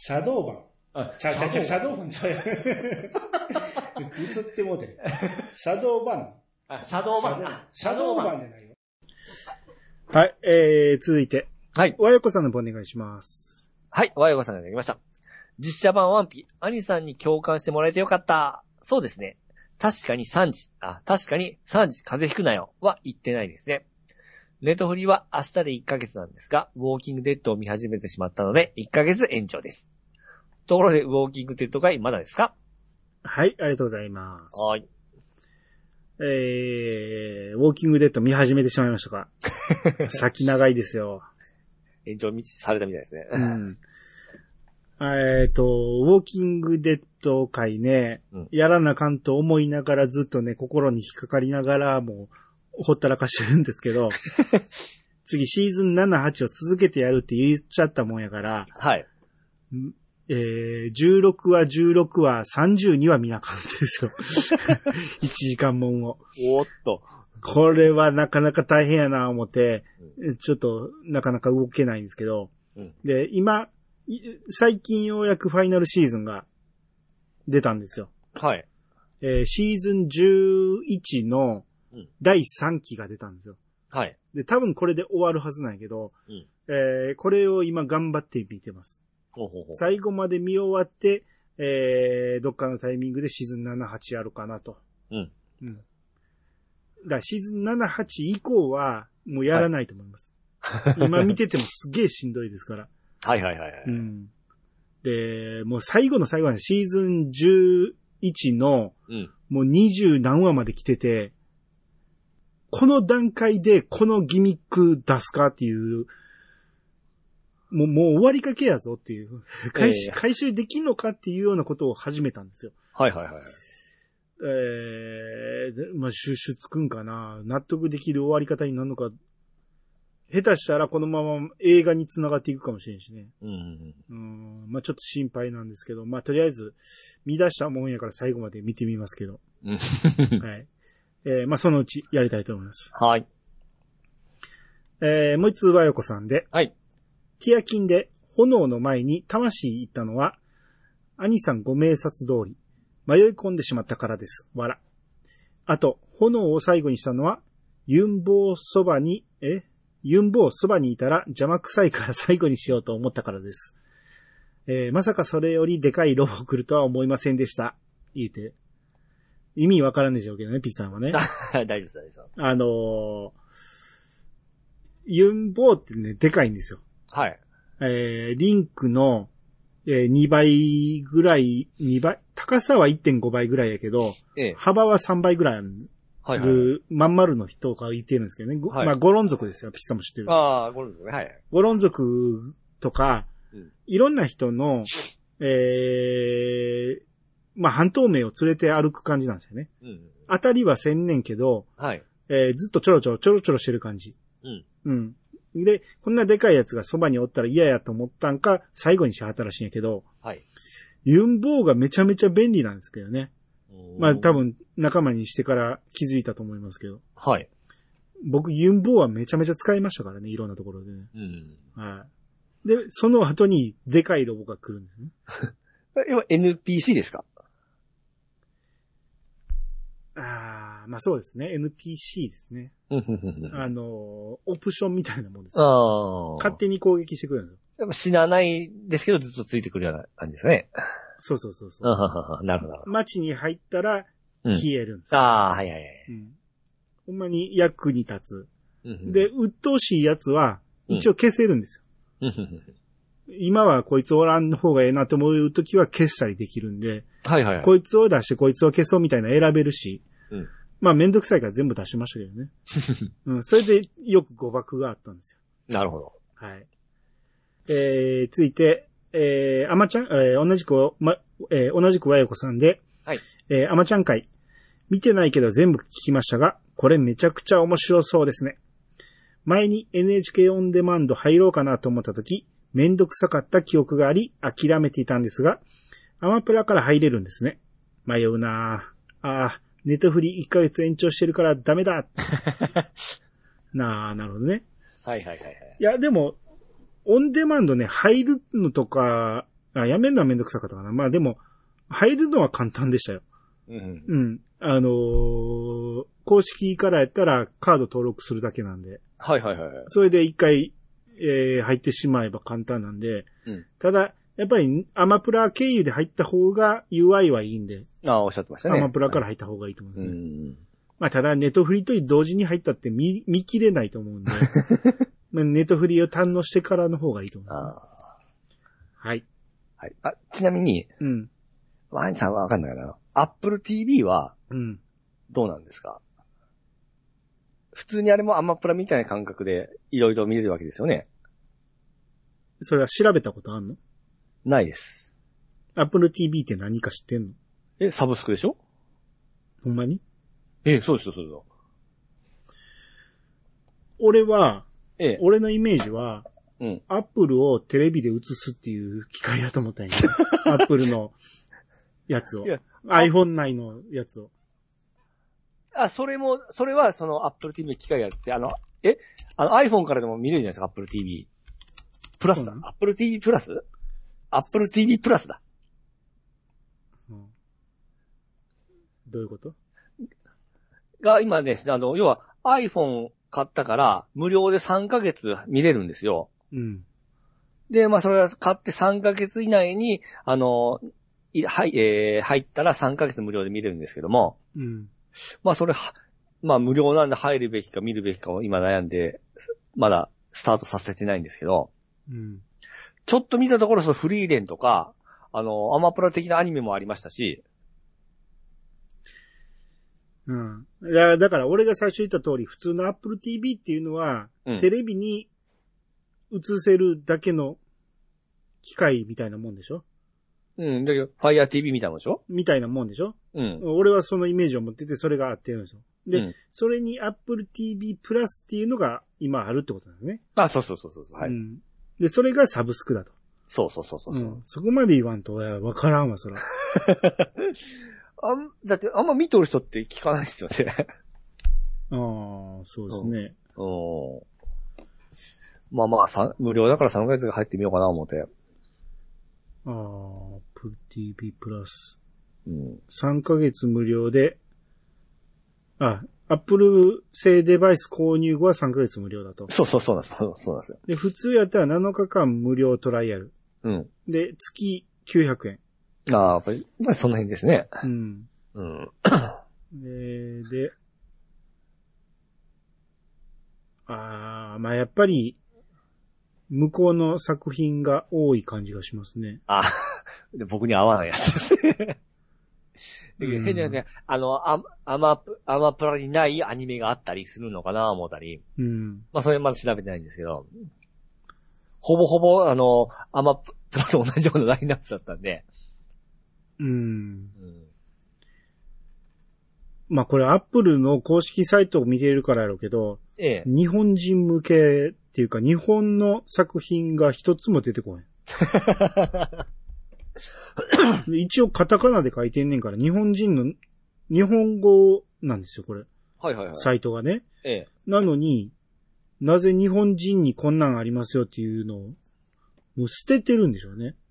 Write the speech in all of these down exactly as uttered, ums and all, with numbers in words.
シャドーバン。あ、ちゃちゃちゃ、シャドーバンちゃうやん。映ってもうてる。シャドーバン。 あ、シャドーバン。 シャドーバンじゃないよ。はい、えー、続いて。 はい。 わよこさんの方お願いします。 はい、わよこさんができました。実写版ワンピ、兄さんに共感してもらえてよかった。そうですね。確かにさんじ、あ、確かにさんじ風邪ひくなよは言ってないですね。ネットフリは明日でいっかげつなんですが、ウォーキングデッドを見始めてしまったので、いっかげつ延長です。ところで、ウォーキングデッドがまだですか？ はい、ありがとうございます。 はい。 えー、ウォーキングデッド見始めてしまいましたか？先長いですよ。 延長されたみたいですね。 うん。えっと、ウォーキングデッド回ね、うん、やらなあかんと思いながらずっとね、心に引っかかりながらもう、ほったらかしてるんですけど、次シーズンなな、はちを続けてやるって言っちゃったもんやから、 はい。 えー、じゅうろくわ、じゅうろくわ、さんじゅうにわ見なあかんですよ。いちじかんもんを。 おーっと。 これはなかなか大変やな思って、うん、ちょっとなかなか動けないんですけど、うん、で、今、最近ようやくファイナルシーズンが出たんですよ。 はい。 えー、シーズンじゅういちのだいさんきが出たんですよ。 はい。 で、多分これで終わるはずなんやけど、うん、えー、これを今頑張って見てます。 ほうほうほう。 最後まで見終わって、えー、どっかのタイミングでシーズンなな、はちやるかなと。 うん。 うん。だからシーズンなな、はち以降はもうやらないと思います。はい、今見ててもすげえしんどいですから。 はいはいはいはい。 うん。で、もう最後の最後までシーズンじゅういちの、うん、もうにじゅう何話まで来てて、この段階でこのギミック出すかっていう、もう、もう終わりかけやぞっていう、回収、えー、回収できんのかっていうようなことを始めたんですよ。 はいはいはい。 えー、まあ、収集つくんかな、納得できる終わり方になるのか、下手したらこのまま映画に繋がっていくかもしれんしね。 うん、 うん。まあちょっと心配なんですけど、まあとりあえず見出したもんやから最後まで見てみますけど。はい。えー、まあそのうちやりたいと思います。 はい。 えー、もう一つはよこさんで。 はい。 ティアキンで炎の前に魂行ったのは、兄さんご明察通り、迷い込んでしまったからです。わら。あと、炎を最後にしたのは、ユンボウそばに、えユンボウそばにいたら邪魔くさいから最後にしようと思ったからです。えー、まさかそれよりでかいロボ来るとは思いませんでした。言うて。意味わからんでしょうけどね、ピッツさんはね。 大丈夫です、大丈夫です。 あのー、ユンボウってね、でかいんですよ。 はい。 えー、リンクの、えー、にばいぐらい、にばい、高さは いってんご 倍ぐらいやけど、ええ、幅はさんばいぐらいある。はいはいはい、まん丸の人がいてるんですけどね。はい、まあ、ゴロン族ですよ。ピッチさんも知ってる。 ああ、ゴロン族ね。はい。 ゴロン族とか、うん、いろんな人の、えー、まあ、半透明を連れて歩く感じなんですよね。うん、当たりはせんねんけど、はい。えー、ずっとちょろちょろちょろちょろしてる感じ。うん。うん。で、こんなでかいやつがそばにおったら嫌やと思ったんか、最後にしはったらしいんやけど、はい。ユンボウがめちゃめちゃ便利なんですけどね。まあ多分仲間にしてから気づいたと思いますけど。はい。僕ユンボウはめちゃめちゃ使いましたからね、いろんなところでね。うん。はい。で、その後にでかいロボが来るんですね。 今 エヌピーシー ですか？ ああ、まあそうですね。エヌピーシー ですね。あの、オプションみたいなもんです。 ああ。 勝手に攻撃してくれるんですよ。 でも死なないですけどずっとついてくるような感じですかね。 そうそうそうそう。 あなるほど。 街に入ったら消えるんです、 うん。ああ、はいはいはい。うん、 ほんまに役に立つ。うんうん、で、鬱陶しいやつは一応消せるんですよ。うん、今はこいつおらん方がええなと思うときは消したりできるんで、はいはいはい、こいつを出してこいつを消そうみたいな選べるし、うん、まあめんどくさいから全部出しましたけどね。うん、それでよく誤爆があったんですよ。 なるほど。 はい。えー、続いて、えー、あまちゃん、えー、同じく、ま、えー、同じくわよこさんで、はい。えー、あまちゃん会。見てないけど全部聞きましたが、これめちゃくちゃ面白そうですね。前に エヌエイチケー オンデマンド入ろうかなと思ったとき、めんどくさかった記憶があり、諦めていたんですが、アマプラから入れるんですね。迷うなぁ。ああ、ネトフリいっかげつ延長してるからダメだ。なあ、なるほどね。 はいはいはいはい。 いや、でも、オンデマンドね、入るのとか、 あ、やめるのはめんどくさかったかな。まあでも、入るのは簡単でしたよ。 うん。 うん。あのー、公式からやったらカード登録するだけなんで。 はいはいはい。 それで一回、えー、入ってしまえば簡単なんで。うん。ただ、やっぱりアマプラ経由で入った方が ユーアイ はいいんで。 ああ、おっしゃってましたね。 アマプラから入った方がいいと思うんですね。 うん。 まあただ、ネットフリと同時に入ったって見、見切れないと思うんで。ネットフリを堪能してからの方がいいと思う。あはい。 はい。あ、ちなみに、うん。ワインさんはわかんないかな。Apple ティービー は、うん。どうなんですか、うん、普通にあれもアマプラみたいな感覚でいろいろ見れるわけですよね。 それは調べたことあんの？ ないです。 Apple ティービー って何か知ってんの？ え、サブスクでしょ？ ほんまに？ え、そうですよ、そうですよ。 俺は、ええ、俺のイメージは、うん。アップルをテレビで映すっていう機械だと思ったんやけど。アップルのやつを。iPhone 内のやつを。 あ、それも、それはその Apple ティービー の機械があって、あの、えあの iPhone からでも見れるじゃないですか、Apple ティービー。プラスだ。うん、Apple ティービー プラス ?Apple ティービー プラスだ。 うん。どういうこと？ が今ね、あの、要は iPhone 買ったから無料でさんかげつ見れるんですよ。うん。で、まあそれは買ってさんかげつ以内に、あの、い、はい、えー、入ったらさんかげつ無料で見れるんですけども。うん。まあそれは、まあ無料なんで入るべきか見るべきかを今悩んで、まだスタートさせてないんですけど。うん。ちょっと見たところそのフリーレンとか、あの、アマプラ的なアニメもありましたし。 うん。いや、だから俺が最初言った通り、普通の Apple ティービー っていうのは、うん、テレビに映せるだけの機械みたいなもんでしょ？ うん。だけど、Fire ティービー みたいなもんでしょ？ みたいなもんでしょ？うん。俺はそのイメージを持ってて、それがあってるんですよ。で、うん、それに Apple ティービー プラスっていうのが今あるってことなんですね。 あ、そうそうそうそう。はい。うん。 で、それがサブスクだと。 そうそうそうそう。うん。 そこまで言わんと、わからんわ、そら。 あん、だってあんま見とる人って聞かないですよね。 ああ、そうですね。うん。 まあまあ、無料だからさんかげつが入ってみようかな思って。ああ、Apple ティービー プラス。うん。さんかげつ無料で、あ、Apple 製デバイス購入後はさんかげつ無料だと。 そうそうそうなんです。そうなんですよ。 で、普通やったらなのかかん無料トライアル。うん。で、月きゅうひゃくえん。 ああ、やっぱり、まあその辺ですね。うん。うん。 で、で、ああ、まあやっぱり、向こうの作品が多い感じがしますね。 ああ、僕に合わないやつですね。変なね、あの、アアマ、アマプラにないアニメがあったりするのかな思ったり。うん。まあそれまだ調べてないんですけど。ほぼほぼ、あの、アマプラと同じようなラインナップだったんで。うん。うん、 まあこれアップルの公式サイトを見ているからやろうけど、ええ、日本人向けっていうか日本の作品が一つも出てこない。一応カタカナで書いてんねんから日本人の、日本語なんですよ、これ。 はいはいはい。 サイトがね。ええ。なのに、なぜ日本人にこんなんありますよっていうのを、もう捨ててるんでしょうね。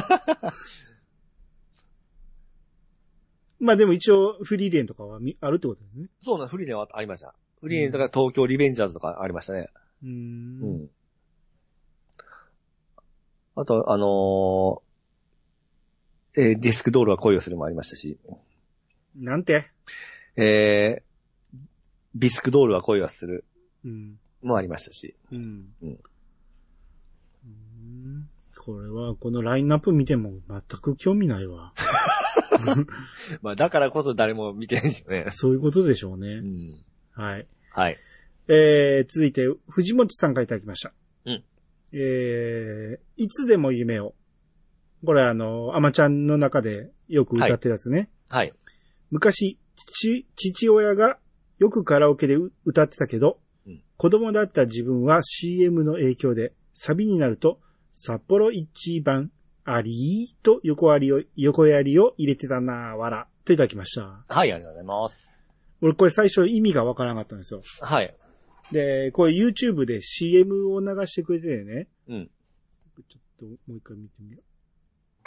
まあでも一応フリーレンとかはあるってことですね。 そうな、フリーレンはありました。フリーレンとか東京リベンジャーズとかありましたね。うーん。うん。あと、あのー、えー、ディスクドールは恋をするもありましたし。 なんてえー、ビスクドールは恋をする。うん。もありましたし。うん。うん。うんこれは、このラインナップ見ても全く興味ないわ。 まあ、だからこそ誰も見てないんでしょうね。 そういうことでしょうね。うん。はい。 はい。 えー、続いて、藤本さんからいただきました。うん。えー、いつでも夢を。これあの、アマちゃんの中でよく歌ってるやつね。はい。はい、昔、父、父親がよくカラオケで歌ってたけど、うん、子供だった自分は シーエム の影響で、サビになると、札幌一番ありーと横ありを、横やりを入れてたなーわら。といただきました。 はい、ありがとうございます。 俺これ最初意味がわからなかったんですよ。 はい。 で、これ YouTube で シーエム を流してくれてね。うん。ちょっともう一回見てみよう。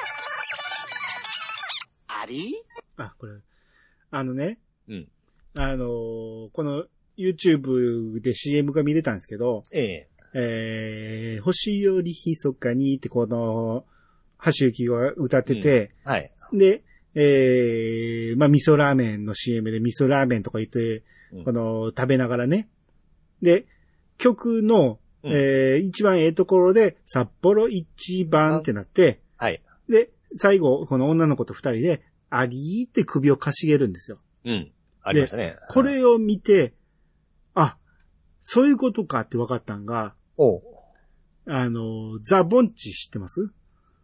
りあ、これ、あのね。 うん。 あのー、この YouTube で シーエム が見れたんですけど、 ええ。 えー、星より密かにってこの、橋幸が歌ってて、 うん、はい。で、 えー、まあ、味噌ラーメンの シーエム で味噌ラーメンとか言って、うん、この、食べながらね。で、曲の、うん、えー、一番ええところで、札幌一番ってなって、 はい。 で、最後、この女の子と二人で、ありーって首をかしげるんですよ。 うん。ありましたね。 これを見て、あ、そういうことかって分かったんが、 おう。 あの、ザ・ボンチ知ってます？ う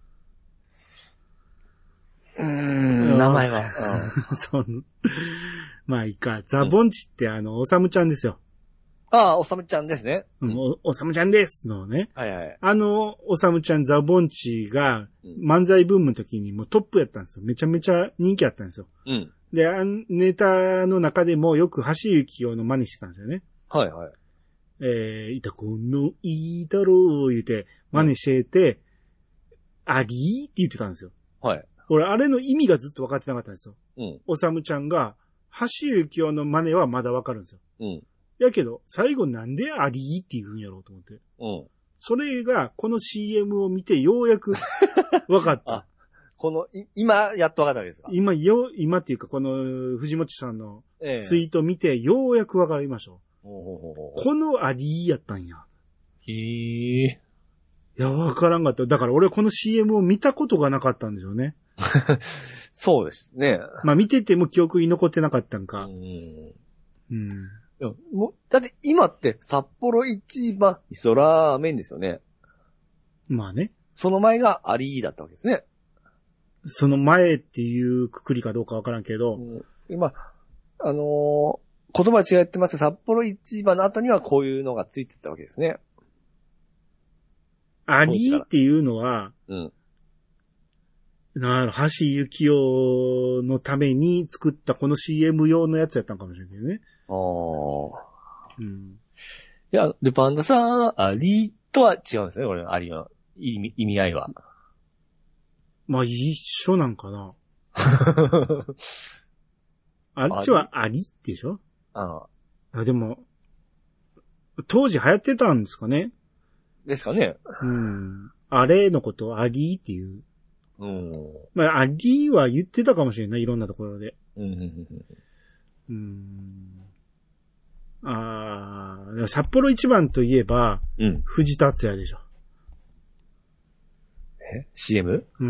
ーん、名前は。 そう。まあいいか。ザ・ボンチってあの、おさむちゃんですよ。 ああ、おさむちゃんですね。 うん、お、おさむちゃんですのね。 はいはい。 あの、おさむちゃん、ザ・ボンチが、漫才ブームの時にもうトップやったんですよ。めちゃめちゃ人気あったんですよ。 うん。 で、あネタの中でもよく橋幸夫の真似してたんですよね。 はいはい。 えー、いたこのいいだろう言うて、真似してて、うん、ありーって言ってたんですよ。 はい。 俺、あれの意味がずっと分かってなかったんですよ。 うん。 おさむちゃんが、橋幸夫の真似はまだ分かるんですよ。 うん。 やけど、最後なんでありーって言うんやろうと思って。 うん。 それが、この シーエム を見てようやく分かった。 この、い、今、やっと分かったわけですか？ 今、よ、今っていうか、この、藤本さんのツイート見て、ようやく分かりましょう。ええ、このありーやったんや。 へえ。いや、分からんかった。だから俺この シーエム を見たことがなかったんですよね。 そうですね。 まあ見てても記憶に残ってなかったんか。 うん。 うん。 いや、もう、だって今って札幌一番味噌ラーメンですよね。 まあね。 その前がありーだったわけですね。 その前っていうくくりかどうかわからんけど。 うん、今、あのー、言葉違ってます。札幌一番の後にはこういうのがついてたわけですね。 ありーっていうのは、 うん。 なる、橋幸夫のために作ったこの シーエム 用のやつやったんかもしれないけどね。 ああ。 うん。 いや、ルパンダさん、ありとは違うんですね、これ、ありの意味、意味合いは。 まあ、一緒なんかな。あっちはありでしょ？ ああ。あ、でも、当時流行ってたんですかね？ ですかね。 うん。あれのことありっていう。 うん。 まあ、ありは言ってたかもしれない、いろんなところで。 うん。 うん。ああ、札幌一番といえば、 うん。 藤田敦也でしょ。 え ?シーエム？ うん。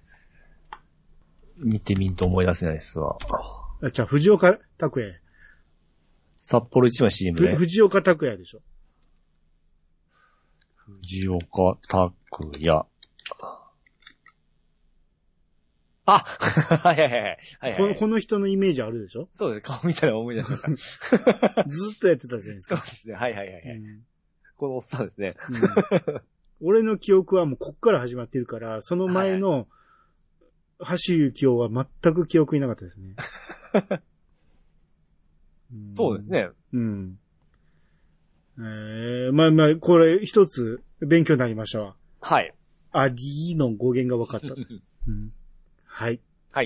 見てみんと思い出せないですわ。 あ、じゃあ、藤岡拓也。 札幌一番 シーエム で。 藤岡拓也でしょ。 藤岡拓也。あはいはいはい。はいはいはい、 この。この人のイメージあるでしょ？ そうです。顔見たら思い出しました。 ずっとやってたじゃないですか。 そうですね。はいはいはい、はいうん。このおっさんですね、 うん。俺の記憶はもうこっから始まってるから、その前の橋幸夫は全く記憶になかったですね。 うん、そうですね。 うん。えー、まあまあ、これ一つ勉強になりましたわ。 はい。 ありの語源が分かった。うんはい。 はい。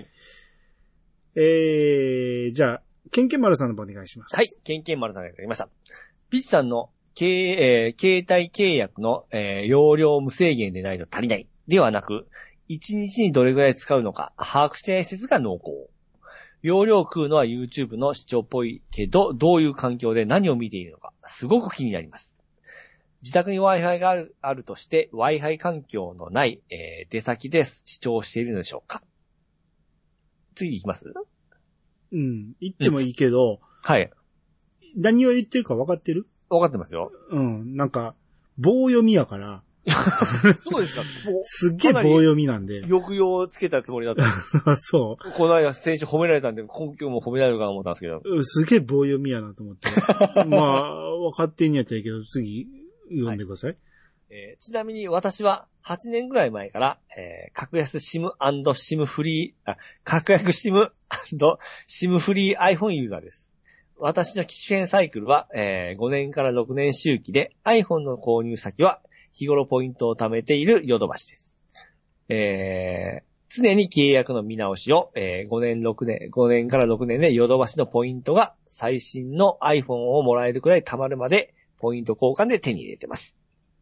えー、じゃあ、ケンケン丸さんの方お願いします。 はい。ケンケン丸さんがいただきました。ピッチさんの、えー、携帯契約の、えー、容量無制限でないと足りない。ではなく、いちにちにどれぐらい使うのか、把握してない説が濃厚。容量食うのは YouTube の視聴っぽいけど、どういう環境で何を見ているのか、すごく気になります。自宅に Wi-Fi がある、あるとして、Wi-Fi 環境のない、えー、出先で視聴しているのでしょうか。次行きます？ うん。言ってもいいけど、うん、 はい。 何を言ってるか分かってる？ 分かってますよ。 うん。なんか、棒読みやから。 そうですか。 すっげえ棒読みなんで。 抑揚をつけたつもりだったんです。 そう。 この間選手褒められたんで、今日も褒められるかなと思ったんですけど。 すげえ棒読みやなと思って。まあ、分かってんやったらいいけど、次、読んでください。はい、 えー、ちなみに私ははちねんぐらい前から、えー、格安 シム& シムフリー、あ、格安 シム& シムフリー iPhone ユーザーです。私の機種変サイクルは、えー、ごねんからろくねん周期で iPhone の購入先は日頃ポイントを貯めているヨドバシです。えー、 常に契約の見直しを、えー、ごねん、ろくねん、ごねんからろくねんでヨドバシのポイントが最新の iPhone をもらえるくらい貯まるまで、ポイント交換で手に入れてます。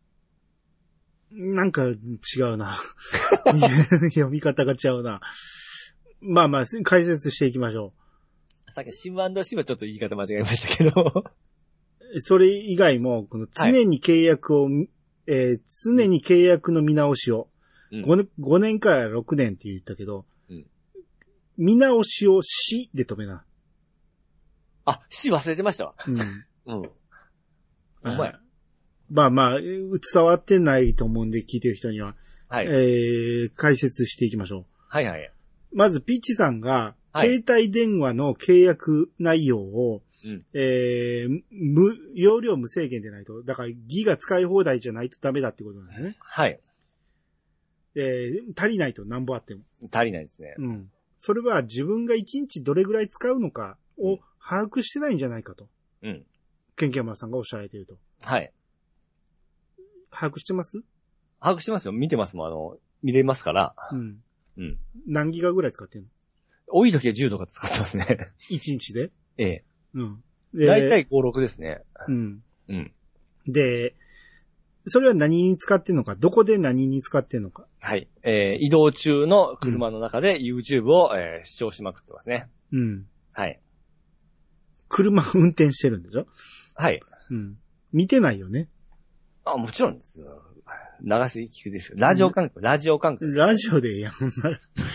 なんか違うな。読み方が違うな。まあまあ、解説していきましょう。さっきシム&シムはちょっと言い方間違えましたけど。 それ以外も、この常に契約を、はい、えー、常に契約の見直しを、うん、5, ごねんからろくねんって言ったけど、うん、見直しをしで止めな。 あ、し忘れてましたわ。うん。うん。ほんまや。 まあまあ、伝わってないと思うんで聞いてる人には、はい、えー、解説していきましょう。 はいはい。 まず、ピッチさんが、はい、携帯電話の契約内容を、うん、えー、無、容量無制限でないと、だからギガ使い放題じゃないとダメだってことなんですね。 はい。 えー、足りないと何ぼあっても。 足りないですね。 うん。それは自分がいちにちどれぐらい使うのかを把握してないんじゃないかと。うん。ケンケンマンさんがおっしゃられていると。 はい。 把握してます？ 把握してますよ。見てますもん。あの、見れますから。 うん。うん。何ギガぐらい使ってんの？ 多い時はじゅうとか使ってますね。 いちにちで？ ええ。 うん。 だいたいご、ろくですね。 うん。うん。で、それは何に使ってんのか、どこで何に使ってんのか。 はい。えー、移動中の車の中で YouTube を、えー、視聴しまくってますね。 うん。 はい。 車運転してるんでしょ？ はい。 うん。見てないよね。 あ、もちろんですよ。流し聞くですよ。ラジオ感覚、ラジオ感覚。 ラジオでやんなら。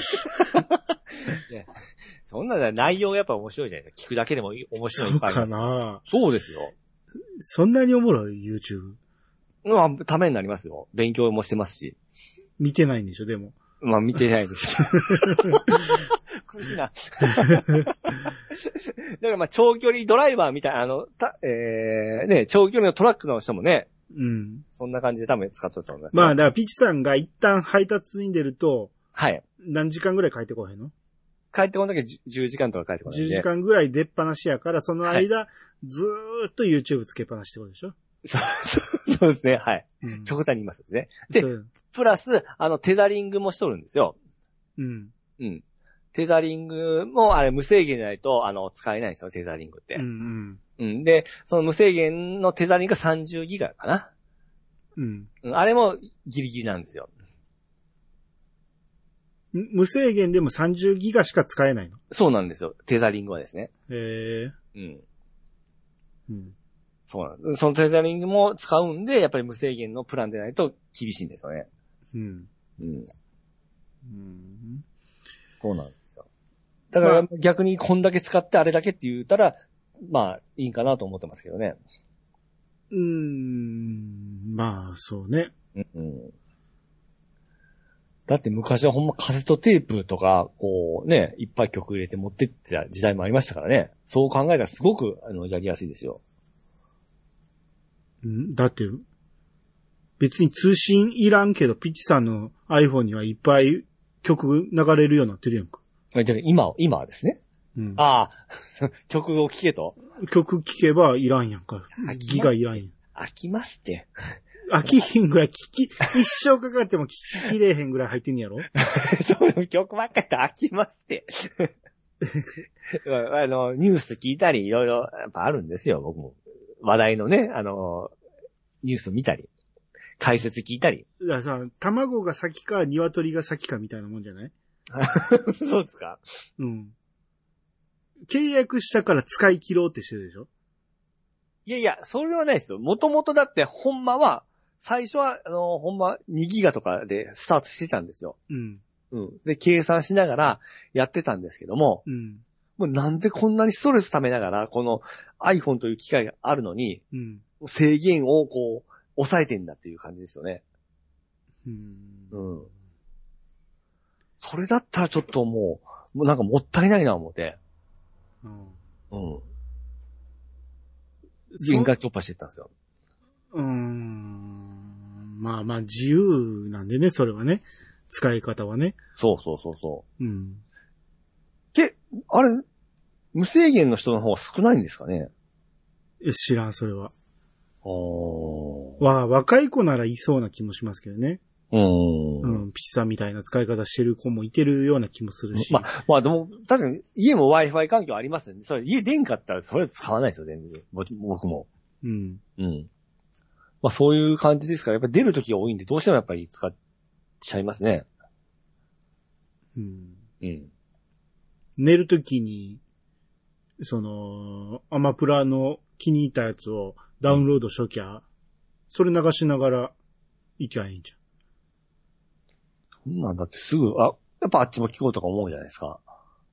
そんな内容がやっぱ面白いじゃないですか。聞くだけでも面白いいっぱいあります。 そうかな。 そうですよ。 そんなにおもろい YouTube。 まあ、ためになりますよ。勉強もしてますし。 見てないんでしょ、でも。 まあ、見てないです。苦しいな。だからまあ、長距離ドライバーみたいな、あの、た、えー、ね、長距離のトラックの人もね、 うん。 そんな感じで多分使ってると思います。 まあ、だからピチさんが一旦配達に出ると、 はい。 何時間ぐらい帰ってこへんの？ 帰ってこんだけじゅうじかんとか帰ってこないんで。 じゅうじかんぐらい出っ放しやから、その間、はい、ずーっと YouTube つけっぱなしってことでしょ？ そう、そうですね、はい。うん、極端に言いますですね。で、プラス、あの、テザリングもしとるんですよ。 うん。 うん。テザリングも、あれ、無制限じゃないと、あの、使えないんですよ、テザリングって。 うんうん。 うん。で、その無制限のテザリングがさんじゅうギガかな。 うん。 あれもギリギリなんですよ。 無制限でもさんじゅうギガしか使えないの？ そうなんですよ。テザリングはですね。 へえ。うん。 うん。 そうなんです。そのテザリングも使うんで、やっぱり無制限のプランでないと厳しいんですよね。 うん。 うん。うん。そうなんですよ。だから逆にこんだけ使ってあれだけって言ったら、まあいいかなと思ってますけどね。 うーん。まあ、そうね。 うん、うん。だって昔はほんまカセットテープとか、こうね、いっぱい曲入れて持ってってた時代もありましたからね。そう考えたらすごく、あの、やりやすいですよ。 んだって、別に通信いらんけど、ピッチさんの iPhone にはいっぱい曲流れるようになってるやんか。 今、今はですね。うん、ああ、曲を聴けと。 曲聴けばいらんやんか。ギガいらんやん。 飽きますって。 飽きひんぐらい聞き、一生かかっても聞ききれへんぐらい入ってんやろ？ そう曲ばっかりと飽きますって。あの、ニュース聞いたり、いろいろ、やっぱあるんですよ、僕も。話題のね、あの、ニュース見たり、解説聞いたり。 だからさ、卵が先か、鶏が先かみたいなもんじゃない？ そうですか？ うん。契約したから使い切ろうってしてるでしょ？ いやいや、それはないですよ。もともとだって、ほんまは、最初は、あの、ほんまにギガとかでスタートしてたんですよ。 うん。 うん。で、計算しながらやってたんですけども、 うん。 もうなんでこんなにストレス溜めながら、この iPhone という機械があるのに、 うん、 制限をこう、抑えてんだっていう感じですよね。 うん。 うん。それだったらちょっともう、もうなんかもったいないな思って。 うん。 うん。限界突破してたんですよ。 うーん。まあまあ自由なんでね、それはね。使い方はね。 そうそうそうそう。 うん。 け、あれ、無制限の人の方が少ないんですかね？ え、知らん、それは。 おー。 わ、若い子ならいそうな気もしますけどね。 うーん。 うん。 ピッサみたいな使い方してる子もいてるような気もするし。 まあ、まあでも、確かに家も Wi-Fi 環境ありますよね。それ家出んかったらそれ使わないですよ、全然。僕も。うん。うん。まあそういう感じですから、やっぱり出る時が多いんで、どうしてもやっぱり使っちゃいますね。 うん。うん。寝る時に、その、アマプラの気に入ったやつをダウンロードしときゃ、うん、それ流しながら行きゃいいんじゃん。 そんなんだってすぐ、あ、やっぱあっちも聞こうとか思うじゃないですか。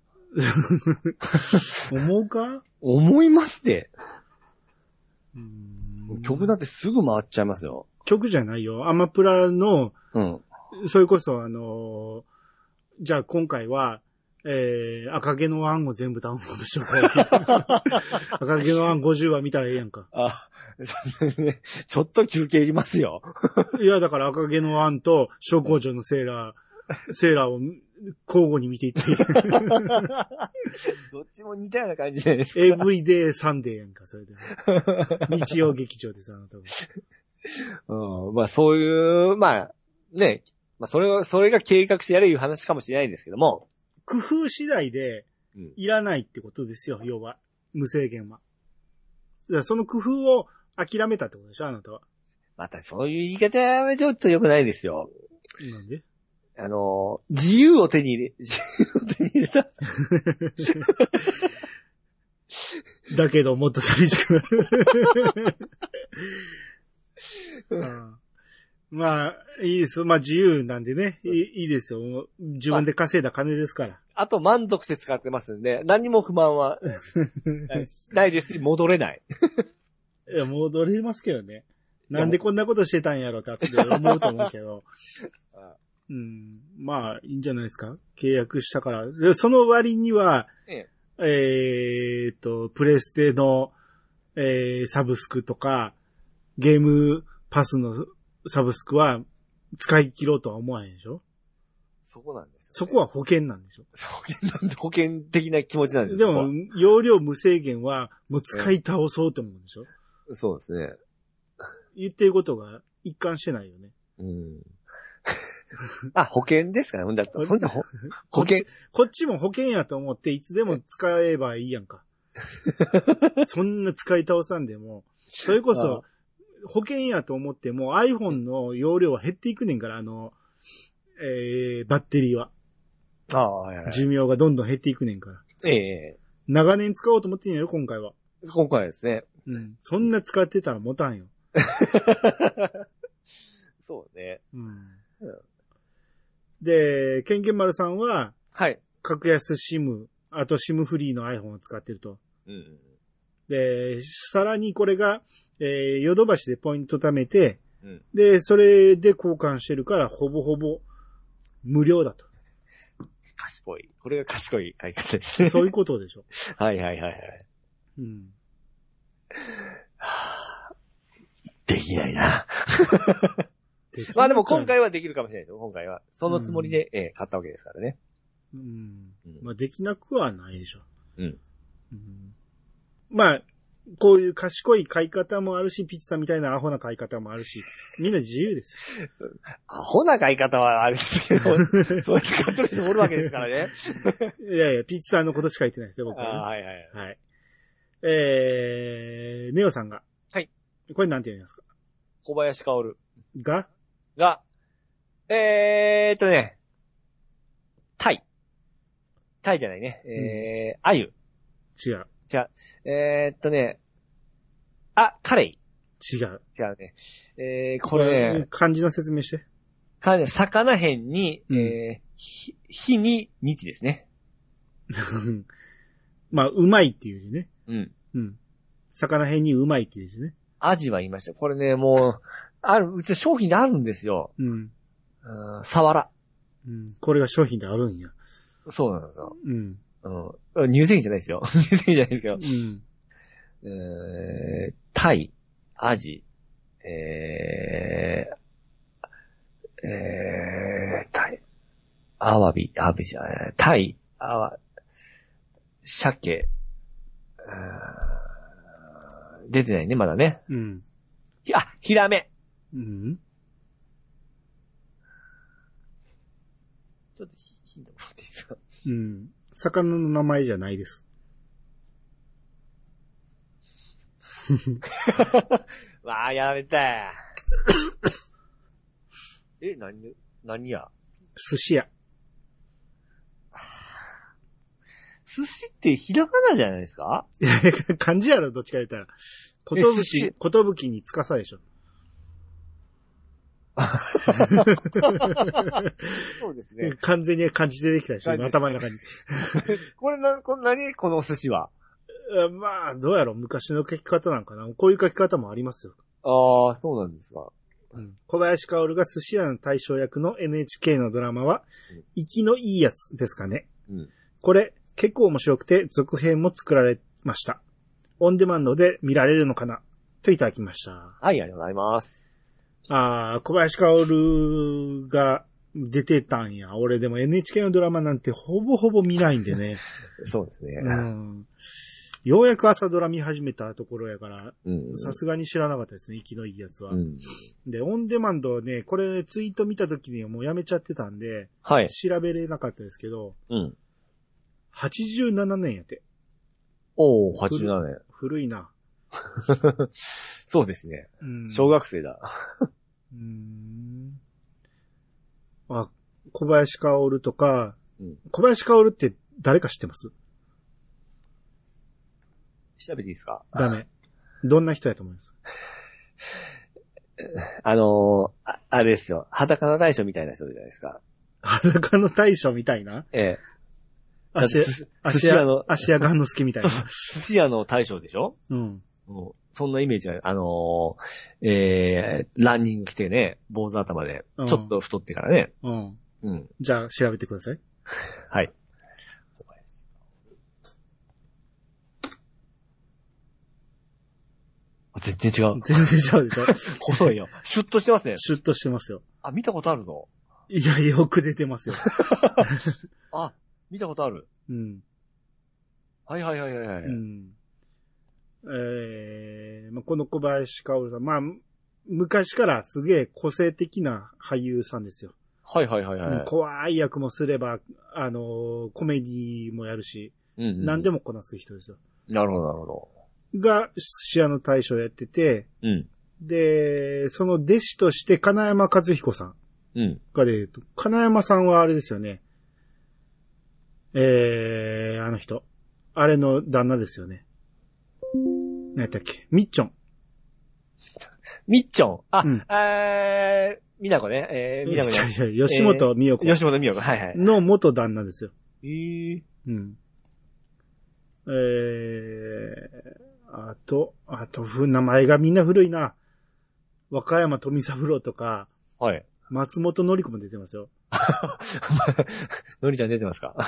思うか？ 思いますって。うーん、曲だってすぐ回っちゃいますよ。 曲じゃないよ。アマプラの、うん。それこそあの、じゃあ今回は、えー、赤毛のアンを全部ダウンロードしようか。赤毛のアンごじゅうわ見たらええやんか。あ、 ちょっと休憩いりますよ。 いや、だから赤毛のアンと小工場のセーラー、セーラーを交互に見ていって。 どっちも似たような感じじゃないですか。 エブリデイサンデーやんか、それで。日曜劇場です、あなたは。うん、まあそういう、まあ、ね、まあそれは、それが計画してやれいう話かもしれないんですけども。 工夫次第で、いらないってことですよ、うん、要は。無制限は。だからその工夫を諦めたってことでしょ、あなたは。 またそういう言い方はちょっと良くないですよ。 なんで？ あの、自由を手に入れ、自由を手に入れた。 だけど、もっと寂しくなる。うんまあ、いいです。まあ、自由なんでね。いい、いいですよ。自分で稼いだ金ですから。 あと、満足して使ってますんで、何も不満はないですし、戻れない。 いや、戻れますけどね。なんでこんなことしてたんやろって後で思うと思うけど。うん、まあ、いいんじゃないですか。契約したから。でその割には、えええー、っと、プレステの、えー、サブスクとか、ゲームパスのサブスクは使い切ろうとは思わへんでしょ？ そこなんですよ、ね。 そこは保険なんでしょ？ 保険なんで、保険的な気持ちなんですよ。 でも、容量無制限はもう使い倒そうと思うんでしょ？ そうですね。 言ってることが一貫してないよね。うん。 あ、保険ですかね。ほんじゃ、ほんじゃ、保険こ。こっちも保険やと思っていつでも使えばいいやんか。そんな使い倒さんでも、それこそ、保険やと思っても iPhone の容量は減っていくねんから、あの、えー、バッテリーは。ああ、はいはい。寿命がどんどん減っていくねんから。ええー。長年使おうと思ってんやろ、今回は。 今回ですね。 うん。そんな使ってたら持たんよ。 そうね。うん。 で、ケンケン丸さんは、はい。格安 SIM、あと SIM フリーの iPhone を使ってると。うん。で、さらにこれが、えー、ヨドバシでポイント貯めて、うん、で、それで交換してるから、ほぼほぼ無料だと。 賢い。これが賢い買い方ですね。 そういうことでしょ。 はいはいはいはい。うん。はあ、できないな。まあでも今回はできるかもしれないですよ。今回は。そのつもりで、うん、えー、買ったわけですからね。 うん。うん、まあできなくはないでしょ。うん。うん、まあ、こういう賢い買い方もあるし、ピッチさんみたいなアホな買い方もあるし、みんな自由ですよ。 アホな買い方はあれですけど、そうやって買ってる人もおるわけですからね。 いやいや、ピッチさんのことしか言ってないですよ、僕は、ね。あはいはい。はい。えー、ネオさんが。はい。これなんて言うんですか？ 小林薫。 がが、えーっとね、タイ。タイじゃないね。えー、あゆ。 違う。 じゃあ、えー、っとね、あ、カレイ。 違う。 違うね。えー、これね。 漢字の説明して。 漢字、魚辺に、うん、えー、ひ、ひに日ですね。 まあ、うまいっていう字ね。うん。うん。魚辺にうまいっていう字ね。 アジは言いました。これね、もう、ある、うちの商品であるんですよ。うん。うん、サワラ。 うん。これが商品であるんや。 そうなんですよ。うん。うん。乳製品じゃないですよ。乳製品じゃないですけど。うん。えー、タイ、アジ、えー、えー、タイ、アワビ、アワビじゃない、タイ、アワ、鮭、出てないね、まだね。うん。あ、ヒラメ。うん。 ちょっとヒントもらっていいですか？ うん。魚の名前じゃないです。 わあ、やめたい。え、何、何や？ 寿司屋。 寿司ってひらがなじゃないですか？ いや、漢字やろ、どっちか言ったら。ことぶき、ことぶきにつかさでしょ。 そうですね。 完全に漢字出てきたでしょ、頭の中に。 これな、これ何この寿司は。 まあ、どうやろう、昔の書き方なんかな。こういう書き方もありますよ。 ああ、そうなんですか。 うん、小林薫が寿司屋の大将役の エヌエイチケー のドラマは、生きのいいやつですかね。うん、これ、結構面白くて続編も作られました。オンデマンドで見られるのかなといただきました。 はい、ありがとうございます。 ああ、小林薫が出てたんや。俺でも エヌエイチケー のドラマなんてほぼほぼ見ないんでね。 そうですね。 うん。ようやく朝ドラ見始めたところやから、さすがに知らなかったですね、生きのいいやつは。うん、で、オンデマンドね、これツイート見た時にはもうやめちゃってたんで、はい、調べれなかったですけど、うん、はちじゅうななねんやって。 おー、はちじゅうななねん。 古いな。 そうですね。うん、小学生だ。 うーんあ、小林薫とか、うん、小林薫って誰か知ってます？ 調べていいですか？ ダメ。どんな人やと思います？ あのー、あ、あれですよ。裸の大将みたいな人じゃないですか。 裸の大将みたいな？ええ。足、足屋の、足屋ガンの助みたいな。 寿司屋の大将でしょ？うん。もうそんなイメージは、あのー、えー、ランニング着てね、坊主頭で、ちょっと太ってからね。うん。 うん。じゃあ、調べてください。 はい。全然違う。 全然違うでしょ。 細いよ。シュッとしてますね。 シュッとしてますよ。 あ、見たことあるの？ いや、よく出てますよ。 あ、見たことある。うん。はいはいはいはいはい。うん。 えー、まあ、この小林薫さん、まあ、昔からすげえ個性的な俳優さんですよ。 はいはいはいはい。 怖い役もすれば、あのー、コメディもやるし、うんうん、何でもこなす人ですよ。 なるほどなるほど。 が、寿司屋の大将やってて、うん、で、その弟子として金山和彦さんが出ると、うん、金山さんはあれですよね。えー、あの人。あれの旦那ですよね。何やったっけ？みっちょん。 みっちょん。あ、うん、えー、みなこね。えー、みなこね。 吉本美代子。 吉本美代子。はいはい。 の元旦那ですよ。 えー。うん。 えー、あと、あと、名前がみんな古いな。和歌山富三郎とか。はい。松本のり子も出てますよ。 のりちゃん出てますか？はい。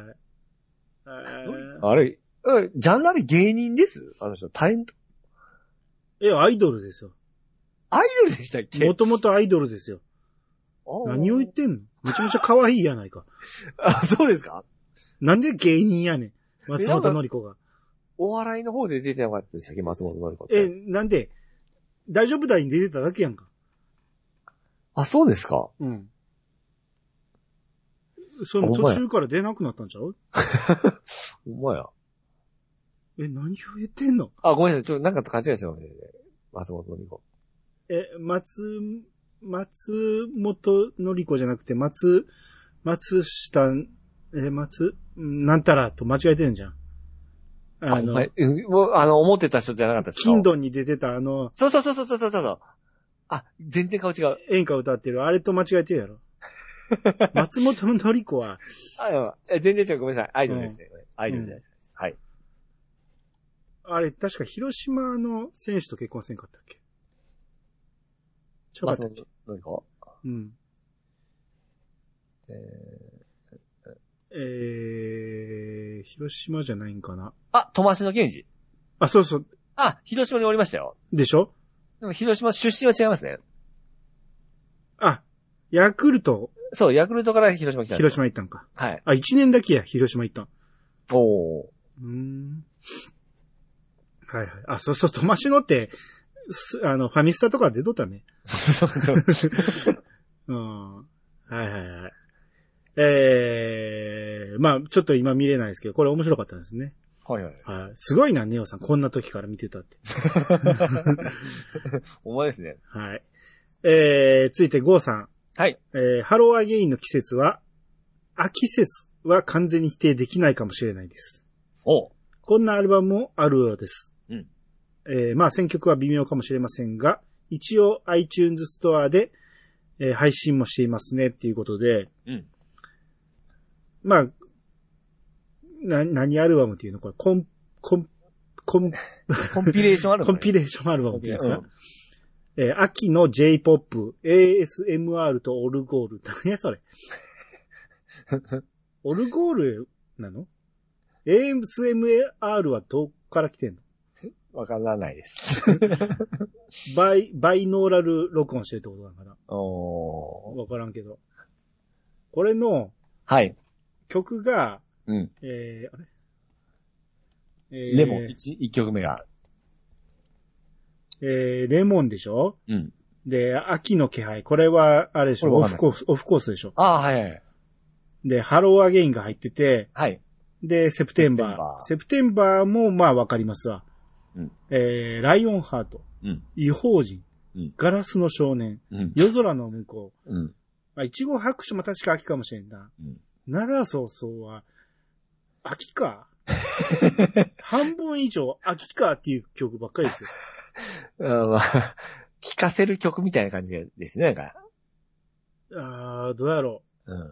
えー、あれ、ジャンルあれ芸人です？あの人、タレント？ え、アイドルですよ。 アイドルでしたっけ？ もともとアイドルですよ。何を言ってんの？めちゃめちゃ可愛いやないか。 あ、そうですか？ なんで芸人やねん。松本のり子が。 お笑いの方で出てなかったでしたっけ？松本のり子って。 え、なんで大丈夫だに出てただけやんか。 あ、そうですか？うん。 その途中から出なくなったんちゃう？ ほんまや。 え、何を言ってんの？ あ、ごめんなさい。ちょっとなんかと勘違いしてますね。松本のり子。 え、松、松本のり子じゃなくて、松、松下、え、松、なんたらと間違えてるんじゃん。 あの、あ, あの、思ってた人じゃなかったですか？ キンドンに出てたあの、 そうそうそうそうそうそうそう。あ、全然顔違う。 演歌歌ってる。あれと間違えてるやろ。松本のり子は。 あ、全然違う。ごめんなさい。アイドルですね。うん、アイドルです、うん。はい。 あれ、確か広島の選手と結婚せんかったっけ？ちょっと待って。 何か？うん。 えー、えー、広島じゃないんかな。 あ、友達の源氏。 あ、そうそう。 あ、広島におりましたよ。 でしょ？ でも広島出身は違いますね。 あ、ヤクルト。 そう、ヤクルトから広島来たんです。 広島行ったんか。 はい。 あ、一年だけや、広島行ったん。 おー。 うーん。はいはい。あ、そうそう、トマシノって、あの、ファミスタとか出とったね。そうそう。うん。はいはいはい。 えー、まあ、ちょっと今見れないですけど、これ面白かったですね。 はいはい。 はい。すごいな、ネオさん。こんな時から見てたって。 お前ですね。 はい。えー、続いてゴーさん。 はい。 えー、ハローアゲインの季節は、秋節は完全に否定できないかもしれないです。 おう。 こんなアルバムもあるようです。 うん。 えー、まあ選曲は微妙かもしれませんが、一応 iTunes ストアで、えー、配信もしていますねっていうことで、 うん。 まあ、な、何アルバムっていうのこれ、コン、コン、コン、 コンピレーションアルバム、 コンピレーションアルバムっていうんですか、うんえー、秋の J-ポップ、エーエスエムアール とオルゴール。何やそれ。オルゴールなの ?エーエスエムアール はどっから来てんのわからないです。 バイ、バイノーラル録音してるってことなのかなおー。 わからんけど。これの、 はい。 曲が、 うん。 えー、あれえー、レモンいち、いっきょくめが。 えー、レモンでしょうん。 で、秋の気配。これは、あれでしょオフコース、オフコースでしょああ、はいはい。 で、ハローアゲインが入ってて、 はい。 で、セプテンバー。セプテンバーも、まあわかりますわ。うん。えー、ライオンハート。うん。異邦人。うん。ガラスの少年。うん。夜空の向こう。うん。まあ、いちご白書も確か秋かもしれんな。うん。長そうそうは、秋か半分以上秋かっていう曲ばっかりですよ。 あまあ、聴かせる曲みたいな感じですね、なんか。 ああ、どうやろう。うん。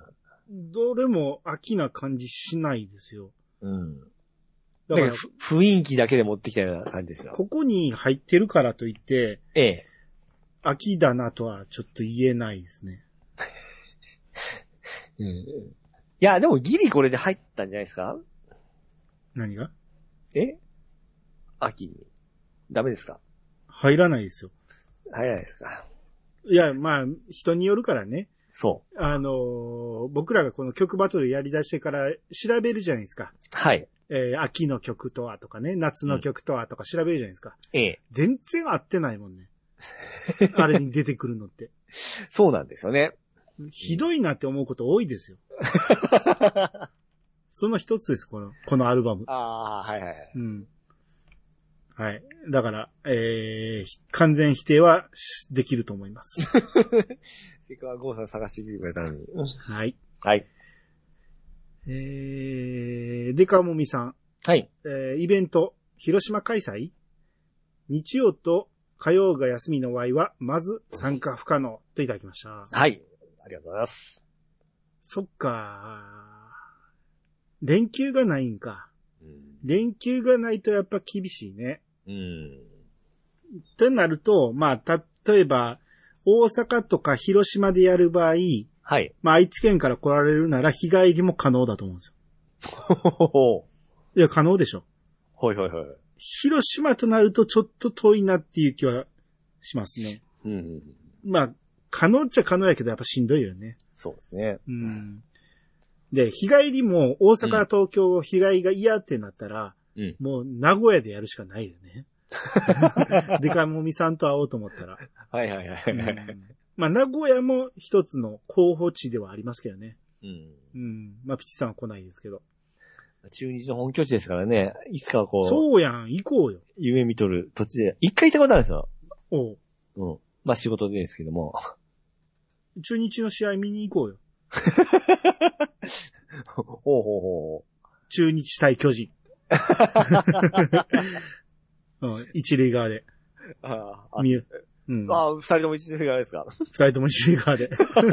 どれも秋な感じしないですよ。うん。 だから雰囲気だけで持ってきたような感じですよ。 ここに入ってるからといって、 ええ。 秋だなとはちょっと言えないですね。 うん。いや、でもギリこれで入ったんじゃないですか？ 何が？ え？秋に。ダメですか？ 入らないですよ。 入らないですか。 いや、まあ、人によるからね。 そう。 あのー、僕らがこの曲バトルやり出してから調べるじゃないですか。 はい。 えー、秋の曲とはとかね、夏の曲とはとか調べるじゃないですか。 ええ。全然合ってないもんね。あれに出てくるのって。 そうなんですよね。 ひどいなって思うこと多いですよ。その一つです、この、このアルバム。 ああ、はいはいはい。 うん。はい。だから、えー、完全否定はできると思います。 せっかくゴーさん探してきてくれたのに。 はい。 はい。 えー、デカモミさん。 はい。 えー、イベント、広島開催？日曜と火曜が休みの場合は、まず参加不可能といただきました。 はい。ありがとうございます。 そっか。連休がないんか。うん、連休がないとやっぱ厳しいね。うん。ってなると、まあ、例えば、大阪とか広島でやる場合、 はい。 まあ、愛知県から来られるなら日帰りも可能だと思うんですよ。ほほほ。いや、可能でしょ。 はいはいはい。 広島となるとちょっと遠いなっていう気はしますね。うん。まあ、可能っちゃ可能やけどやっぱしんどいよね。 そうですね。 うん。で、日帰りも大阪、東京、日帰りが嫌ってなったら、うん、もう名古屋でやるしかないよね。でかもみさんと会おうと思ったら。 はいはいはい、うん。 まあ名古屋も一つの候補地ではありますけどね。うん。うん。まあピチさんは来ないですけど。 中日の本拠地ですからね。いつかはこう。 そうやん、行こうよ。 夢見とる土地で。一回行ったことあるんですよ。 おう。 うん。まあ仕事でですけども。 中日の試合見に行こうよ。 ほうほうほう。 中日対巨人。うん、一塁側で。 ああ。見る。 うん。ああ、二人とも一塁側ですか？ 二人とも一塁側で。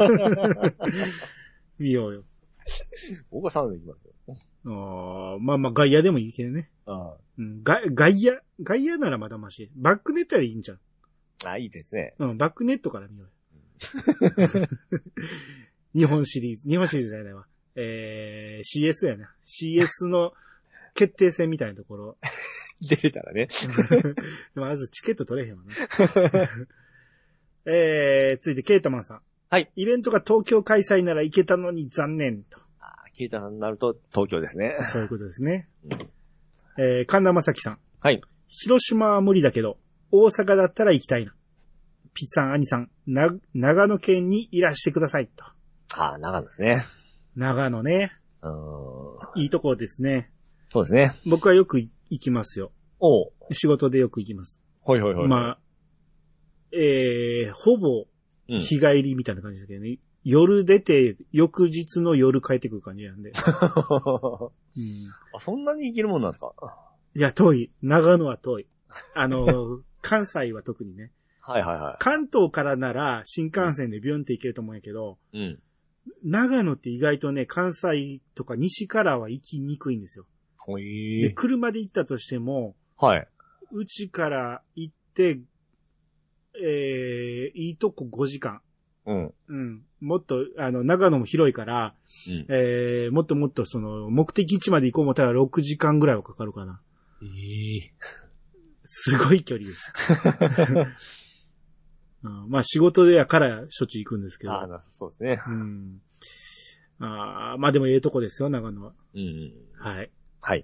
見ようよ。 僕はサウナ行きますよ。 ああ、まあまあ外野でもいいけどね。ああ。うん、外野、外野ならまだマシ。バックネットはいいんじゃん。 ああ、いいですね。 うん、バックネットから見ようよ。日本シリーズ、日本シリーズじゃないわ。えー、シーエス やな。シーエス の決定戦みたいなところ。 出れたらね。 まずチケット取れへんわな。えー、続いてケータマンさん。 はい。 イベントが東京開催なら行けたのに残念と。 ああ、ケータマンになると東京ですね。 そういうことですね。うん、えー、神田正輝さん。 はい。 広島は無理だけど、大阪だったら行きたいな。ピチさん、兄さん、な、長野県にいらしてくださいと。 ああ、長野ですね。 長野ね。 うん。 いいところですね。 そうですね。 僕はよく行きますよ。 おう。 仕事でよく行きます。 はいはいはい。 まあ、えー、ほぼ、日帰りみたいな感じですけどね。うん、夜出て、翌日の夜帰ってくる感じなんで。うん、 あ、そんなに行けるもんなんですか？ いや、遠い。長野は遠い。あの、関西は特にね。 はいはいはい。関東からなら新幹線でビュンって行けると思うんやけど、 うん。 長野って意外とね、関西とか西からは行きにくいんですよ。 ほいで、車で行ったとしても、 はい。 うちから行って、えー、いいとこごじかん。 うん。 うん。もっと、あの、長野も広いから、うん、えー、もっともっとその、目的地まで行こう思ったらろくじかんぐらいはかかるかな。 えー、 すごい距離です。うん、まあ仕事でやからしょっちゅう行くんですけど。 ああ、そうですね。 うん。あまあでもええとこですよ、長野は。 うん。 はい。 はい。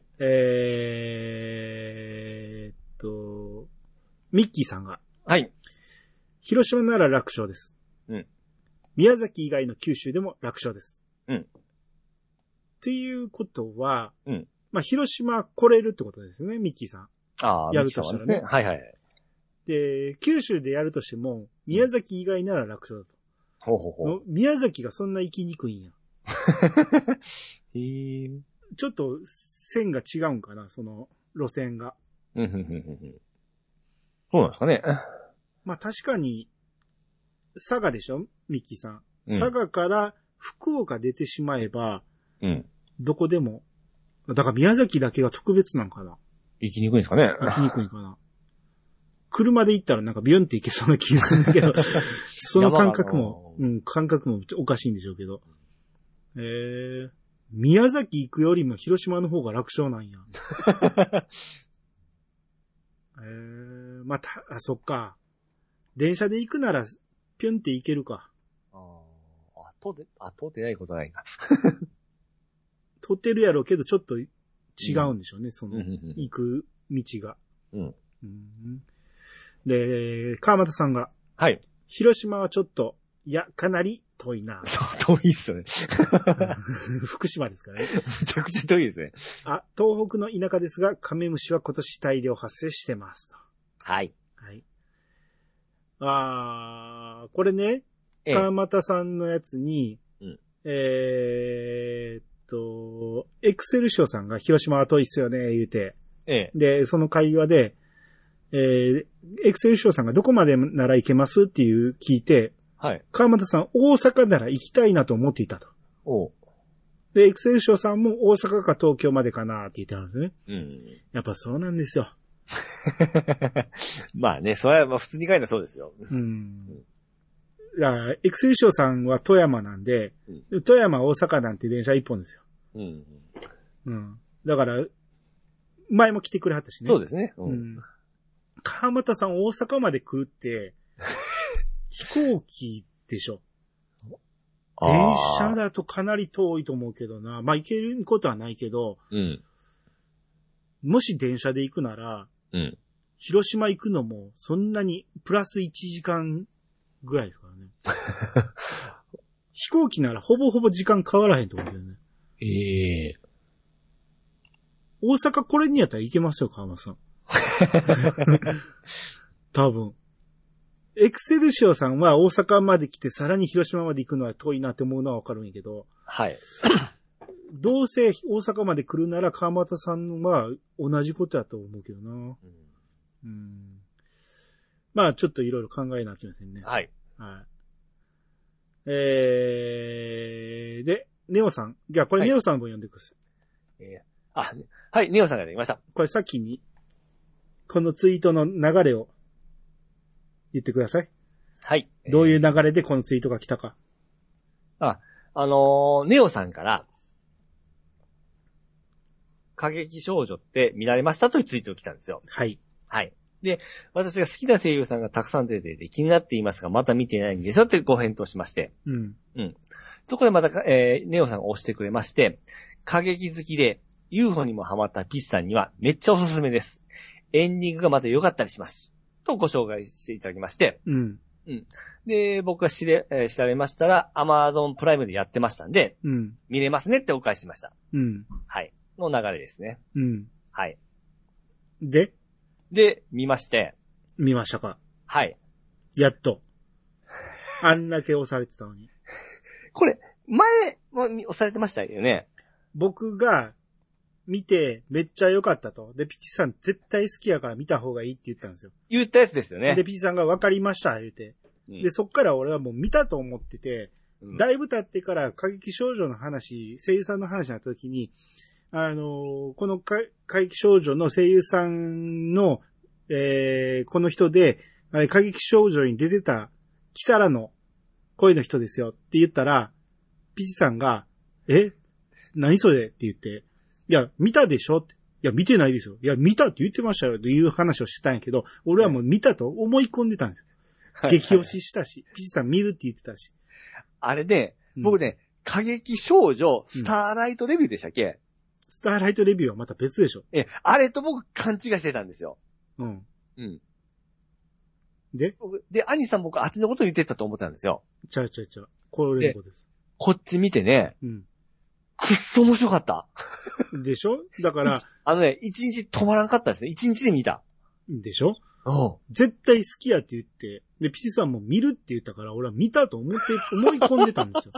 えーっと、ミッキーさんが。 はい。 広島なら楽勝です。 うん。 宮崎以外の九州でも楽勝です。 うん。 ということは、 うん。 まあ、広島来れるってことですよね、ミッキーさん。 ああ、やるとしたらね。ですね。はいはい。 で、九州でやるとしても、宮崎以外なら楽勝だと。 ほうほうほう。 宮崎がそんな行きにくいんや。 へー。 ちょっと線が違うんかな、その路線が。 うんうんうんうん。そうなんですかね。 まあ確かに、佐賀でしょミッキーさん。うん、佐賀から福岡出てしまえば、 うん。 どこでも。だから宮崎だけが特別なんかな。 行きにくいんですかね。 行きにくいかな。車で行ったらなんかビュンって行けそうな気がするんだけど、その感覚も、うん、感覚もおかしいんでしょうけど。えー、宮崎行くよりも広島の方が楽勝なんや。えー、まあ、た、あ、そっか。電車で行くなら、ピュンって行けるか。 ああ、通って、あ、通ってないことないな。 通ってるやろうけど、ちょっと違うんでしょうね、うん、その、行く道が。 うん。 うん、で、川又さんが。 はい。 広島はちょっと、いや、かなり遠いな。 そう、遠いっすよね。 福島ですからね。 めちゃくちゃ遠いですね。あ、東北の田舎ですが、カメムシは今年大量発生してますと。 はい。 はい。あー、これね、ええ、川又さんのやつに、うん、えーっと、エクセルショーさんが広島は遠いっすよね、言うて。 ええ。 で、その会話で、えー、エクセルショーさんがどこまでなら行けますっていう聞いて、 はい。 川又さん、大阪なら行きたいなと思っていたと。 おう。 で、エクセルショーさんも大阪か東京までかなって言ってたんですね。 うん。 やっぱそうなんですよ。 まあね、それはまあ普通に書いたらそうですよ。 うん。いや、エクセルショーさんは富山なんで、うん、富山大阪なんて電車一本ですよ。 うん。 うん。だから、前も来てくれはったしね。 そうですね。 うん。うん、川又さん大阪まで来るって、飛行機でしょ。電車だとかなり遠いと思うけどな。まあ行けることはないけど、 うん、 もし電車で行くなら、 うん、 広島行くのもそんなにプラスいちじかんぐらいですからね。飛行機ならほぼほぼ時間変わらへんと思うけどね。 ええー。 大阪これにやったら行けますよ、川間さん。多分。エクセルシオさんは大阪まで来てさらに広島まで行くのは遠いなって思うのはわかるんやけど。 はい。 どうせ大阪まで来るなら川又さんは同じことだと思うけどな。うん。うん、まあちょっといろいろ考えなきゃいけませんね。 はい。 はい。えー、で、ネオさん。じゃあこれネオさんも読んでください。 はい、えー、あ、はい、ネオさんができました。 これ先に、このツイートの流れを言ってください。 はい。 どういう流れでこのツイートが来たか。 あ、あのー、ネオさんから、過激少女って見られましたというツイートが来たんですよ。 はい。 はい。で、私が好きな声優さんがたくさん出てて気になっていますが、まだ見てないんですよってご返答しまして。 うん。 うん。そこでまた、えー、ネオさんが押してくれまして、過激好きで ユーフォー にもハマったピッチさんにはめっちゃおすすめです。エンディングがまた良かったりします。とご紹介していただきまして。 うん。 うん。で、僕が知れ、えー調べましたら、Amazon プライムでやってましたんで、 うん。 見れますねってお返ししました。 うん。 はい。の流れですね。 うん。 はい。 で、 で、見まして、 見ましたか？ はい。 やっと。あんだけ押されてたのに。 これ、前も押されてましたよね。 僕が見てめっちゃ良かったと。で、ピチさん絶対好きやから見た方がいいって言ったんですよ。 言ったやつですよね。 で、ピチさんが分かりました言うて。うん、で、そっから俺はもう見たと思ってて、うん、だいぶ経ってから過激少女の話、声優さんの話になった時に、あのー、この過激少女の声優さんの、えー、この人で、過激少女に出てたキサラの声の人ですよって言ったら、ピチさんが、え何それって言って、いや、見たでしょって。いや、見てないですよ。いや、見たって言ってましたよという話をしてたんやけど、俺はもう見たと思い込んでたんですよ。はい、激推ししたし、ピチさん見るって言ってたし。 あれね、うん、僕ね、過激少女、スターライトレビューでしたっけ、うん、 スターライトレビューはまた別でしょ。 え、あれと僕勘違いしてたんですよ。 うん。 うん。 でで、兄さん僕あっちのこと言ってたと思ってたんですよ。 ちゃうちゃうちゃう。これのことです。 こっち見てね、 うん。 くっそ面白かった。 でしょだから、 あのね、一日止まらんかったですね。一日で見た。 でしょうん。 絶対好きやって言って、で、ピチさんも見るって言ったから、俺は見たと思って、思い込んでたんです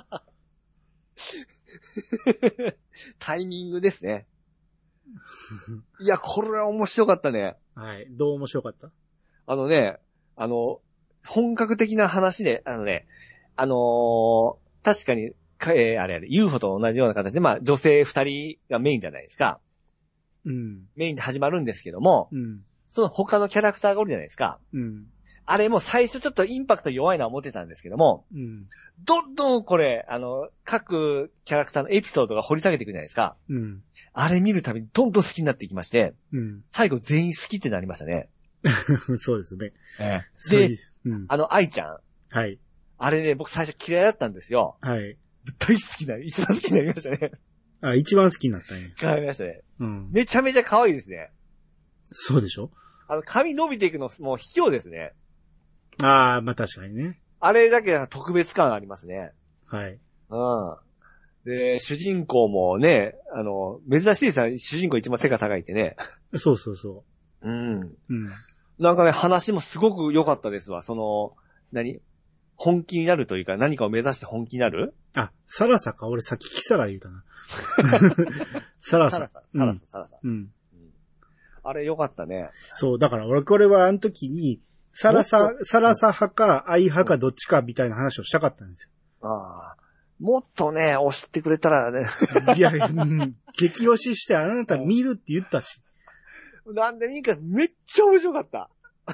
よ。タイミングですね。いや、これは面白かったね。 はい。どう面白かった？ あのね、あの、本格的な話で、あのね、あのー、確かに、えー、あれあれ、ユーフォ と同じような形で、まあ、女性二人がメインじゃないですか。 うん。 メインで始まるんですけども、 うん。 その他のキャラクターがおるじゃないですか。 うん。 あれも最初ちょっとインパクト弱いのは思ってたんですけども、 うん。 どんどんこれ、あの、各キャラクターのエピソードが掘り下げていくじゃないですか。 うん。 あれ見るたびにどんどん好きになっていきまして、 うん。 最後全員好きってなりましたね。 そうですね。 ええ、で、 うん、 あの、愛ちゃん。 はい。 あれね、僕最初嫌いだったんですよ。 はい。 大好きな、一番好きになりましたね。 あ、一番好きになったね。 変わりましたね。 うん。 めちゃめちゃ可愛いですね。 そうでしょ？ あの、髪伸びていくの、もう卑怯ですね。 ああ、まあ確かにね。 あれだけ特別感ありますね。 はい。 うん。で、主人公もね、あの、珍しいですよ。主人公一番背が高いってね。 そうそうそう。うん。 うん。 なんかね、話もすごく良かったですわ。その、何本気になるというか、何かを目指して本気になる？ あ、サラサか。俺さっきキサラ言うたな。サラサ。 サラサ、サラサ、サラサ。 うん。 あれ良かったね。 そう、だから俺これはあの時に、サラサ、サラサ派か愛派かどっちかみたいな話をしたかったんですよ。 ああ。もっとね、押してくれたらね。 いや、うん、激推ししてあなた見るって言ったし。 なんで見んかめっちゃ面白かった。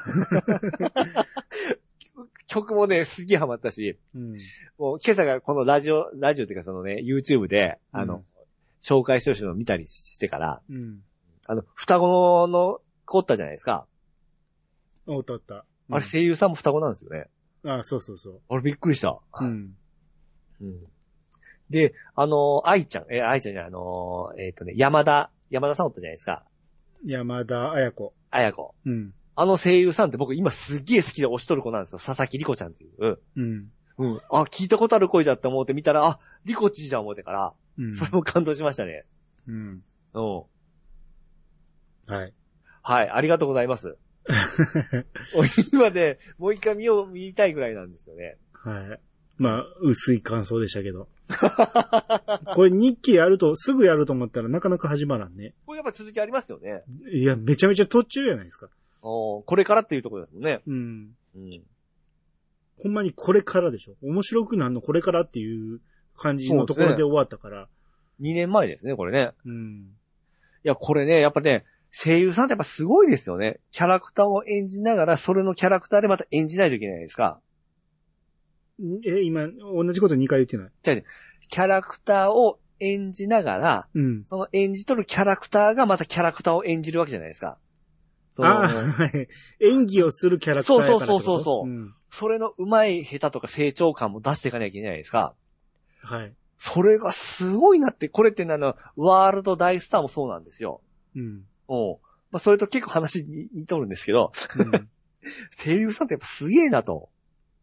曲もね、すげえハマったし、うん、もう今朝がこのラジオ、ラジオっていうかそのね、YouTube で、あの、うん、紹介してほしいのを見たりしてから、うん、あの、双子の子おったじゃないですか。 おったおった。 うん、あれ声優さんも双子なんですよね。 ああ、そうそうそう。 あれびっくりした。 うん。 うん、で、あの、愛ちゃん、え、愛ちゃんじゃあの、えっ、ー、とね、山田、山田さんおったじゃないですか。 山田彩子。 彩子。 うん。 あの声優さんって僕今すっげえ好きで推しとる子なんですよ。佐々木里子ちゃんっていう。 うん。 うん。あ、聞いたことある声じゃって思って見たら、あ、里子ちじゃん思ってから、うん。それも感動しましたね。 うん。 うん。 はい。 はい、ありがとうございます。今で、もう一回見よう、見たいぐらいなんですよね。 はい。まあ、薄い感想でしたけど。これ日記やると、すぐやると思ったらなかなか始まらんね。 これやっぱ続きありますよね。 いや、めちゃめちゃ途中じゃないですか。 おこれからっていうところですもんね。 うん。うん。ほんまにこれからでしょ。面白くなるのこれからっていう感じのところで終わったから。ね、 にねんまえですね、これね。 うん。 いや、これね、やっぱね、声優さんってやっぱすごいですよね。キャラクターを演じながら、それのキャラクターでまた演じないといけないですか。 え、今、同じことにかい言ってない。 じゃあね、キャラクターを演じながら、 うん、 その演じとるキャラクターがまたキャラクターを演じるわけじゃないですか。 そのああ、はい。演技をするキャラクターやからってこと。 そうそうそうそう、うん。それの上手い下手とか成長感も出していかなきゃいけないじゃないですか。 はい。 それがすごいなって、これってあの、ワールド大スターもそうなんですよ。 うん。 おう。まあ、それと結構話に似とるんですけど、うん、声優さんってやっぱすげえなと。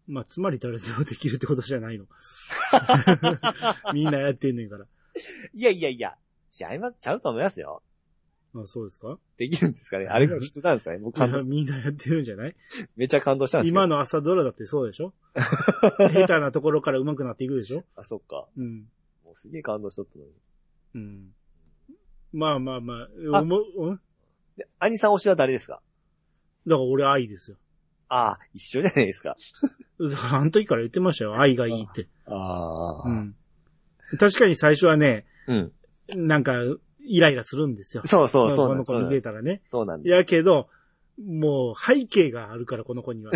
まあ、つまり誰でもできるってことじゃないの。みんなやってんねんから。 いやいやいや、ちゃいま、ちゃうと思いますよ。 あ、そうですか？ できるんですかね？あれが普通なんですかね？僕感動した。 みんなやってるんじゃない？ めちゃ感動したんですよ。 今の朝ドラだってそうでしょ？下手なところから上手くなっていくでしょ？ あ、そっか。 うん。 もうすげえ感動しとったのに。 うん。まあまあまあ、あもうん、 で、兄さん推しは誰ですか？ だから俺愛ですよ。 ああ、一緒じゃないですか。 あの時から言ってましたよ。愛がいいって。 ああ。 うん。確かに最初はね、 うん。 なんか、イライラするんですよ。 そうそうそう。 この子見てたらね。 そうなんです。 やけど、もう背景があるから、この子には。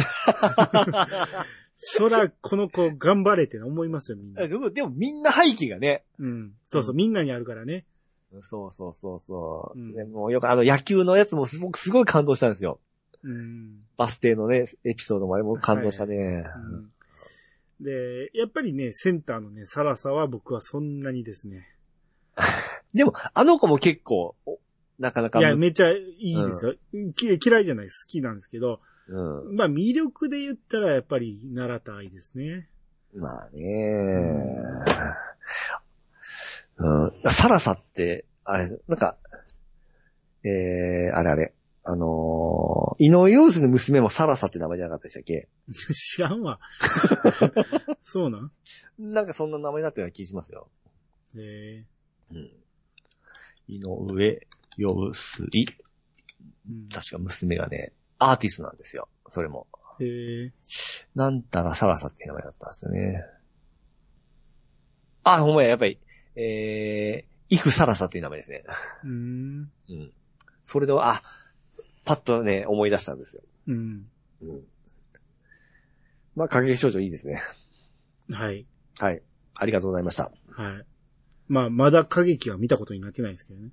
そら、この子頑張れって思いますよ、みんな。 でも、でもみんな背景がね。 うん。そうそう、うん、みんなにあるからね。 そうそうそうそう。 うん、 でもよくあの野球のやつもすごくすごい感動したんですよ。 うん。 バス停のね、エピソードまでも感動したね。はい、 うんで、やっぱりね、センターのね、サラサは僕はそんなにですね。 でも、あの子も結構、なかなか。 いや、めっちゃいいですよ、うん。嫌いじゃない、好きなんですけど。 うん、 まあ、魅力で言ったらやっぱり、奈良田愛ですね。 まあね、うんうん、サラサって、あれ、なんか、えー、あれあれ。あのー、井上陽水の娘もサラサって名前じゃなかったでしたっけ？ 知らんわ。そうなん？ なんかそんな名前になってるような気がしますよ。 へぇー。うん。井上陽水、うん。確か娘がね、アーティストなんですよ。それも。 へぇー。 なんたらサラサっていう名前だったんですよね。あ、ほんまや、やっぱり、えー、イフサラサっていう名前ですね。 うーん。 うん。それでは、あ、パッとね、思い出したんですよ。 うん。 うん。まあ、影少女いいですね。 はい。 はい。ありがとうございました。 はい。まあ、まだ過激は見たことになってないですけどね。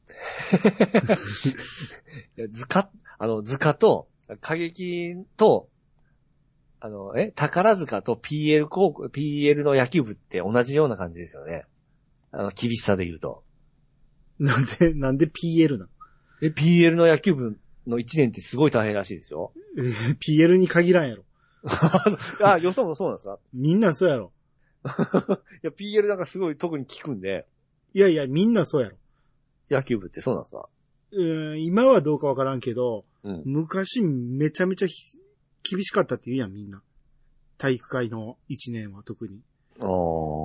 図鑑、あの、図鑑と、過激と、あの、え、宝塚と ピーエル 高校、ピーエル の野球部って同じような感じですよね。あの、厳しさで言うと。 なんで、なんで ピーエル なの？ え、ピーエル の野球部のいちねんってすごい大変らしいですよ。 えー、ピーエル に限らんやろ。 あ、よそもそうなんですか？ みんなそうやろ。 いや、ピーエル なんかすごい特に効くんで。 いやいや、みんなそうやろ。 野球部ってそうなんですか？ うん、今はどうかわからんけど、 うん、 昔めちゃめちゃ厳しかったって言うやん、みんな。体育会のいちねんは特に。 あー。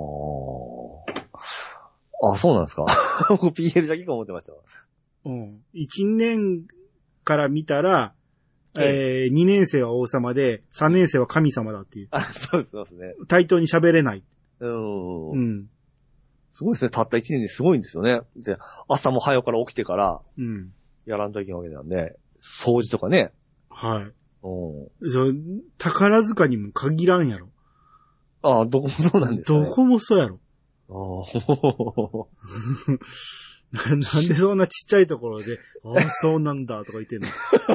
あ、そうなんですか？僕 ピーエル だけか思ってました。 うん。いちねんから見たら、えー、にねん生は王様で、さんねん生は神様だっていう。 あ、そうです、そうですね。 対等に喋れない。 うん。 うん。 すごいですね。たったいちねんですごいんですよね。で、朝も早から起きてから、 うん。 やらんといけないわけなんで、掃除とかね。 はい。 うん。 そう、宝塚にも限らんやろ。 ああ、どこもそうなんですね。 どこもそうやろ。 あな, なんでそんなちっちゃいところで、ああ、そうなんだとか言ってんの。い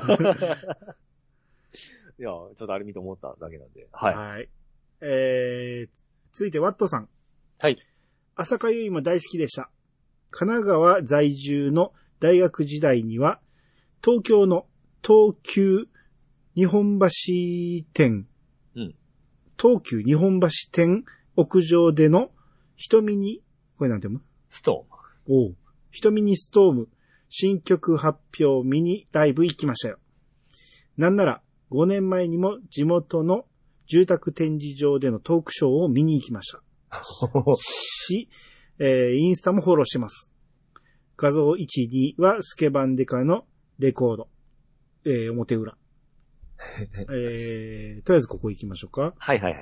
や、ちょっとあれ見て思っただけなんで。はい。 はい。えー、続いてワットさん。 はい。 浅香唯も大好きでした。神奈川在住の大学時代には、東京の東急日本橋店、 うん、 東急日本橋店屋上での瞳に、これなんて読む？ ストーム。おう。瞳にストーム、新曲発表ミニライブ行きましたよ。なんならごねんまえにも地元の住宅展示場でのトークショーを見に行きました。し、えー、インスタもフォローしてます。画像いち、にはスケバンデカのレコード。えー、表裏。えー、とりあえずここ行きましょうか。 はいはいはい。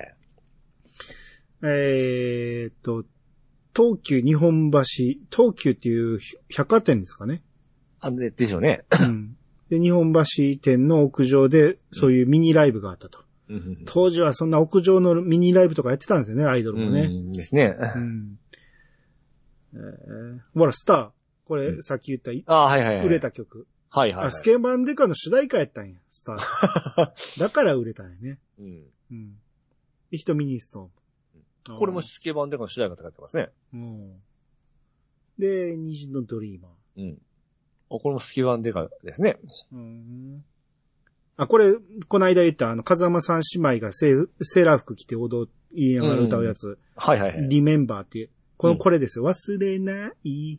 えーっと、東急日本橋、東急っていう百貨店ですかね。 あ、で、でしょうね。 うん。で、日本橋店の屋上でそういうミニライブがあったと。うん、当時はそんな屋上のミニライブとかやってたんですよね、アイドルもね。 うんですね。 うん。えー、ほら、スター。これ、うん、さっき言った、 あ、はいはいはい、 売れた曲。 はいはい、はい。 スケバンデカの主題歌やったんや、スター。だから売れたんやね。うん。うん。で、瞳にストーム。 これもスケバンデカの主題歌って書いてますね。 うん。で、虹のドリーマー。 うん。あ、これもスケバンデカですね。 うん。 あ、これ、この間言ったあの、風間さん姉妹がセーセーラー服着て踊りながら歌うやつ。うん、 はいはいはい。 リメンバーっていう。この、これですよ。忘れない、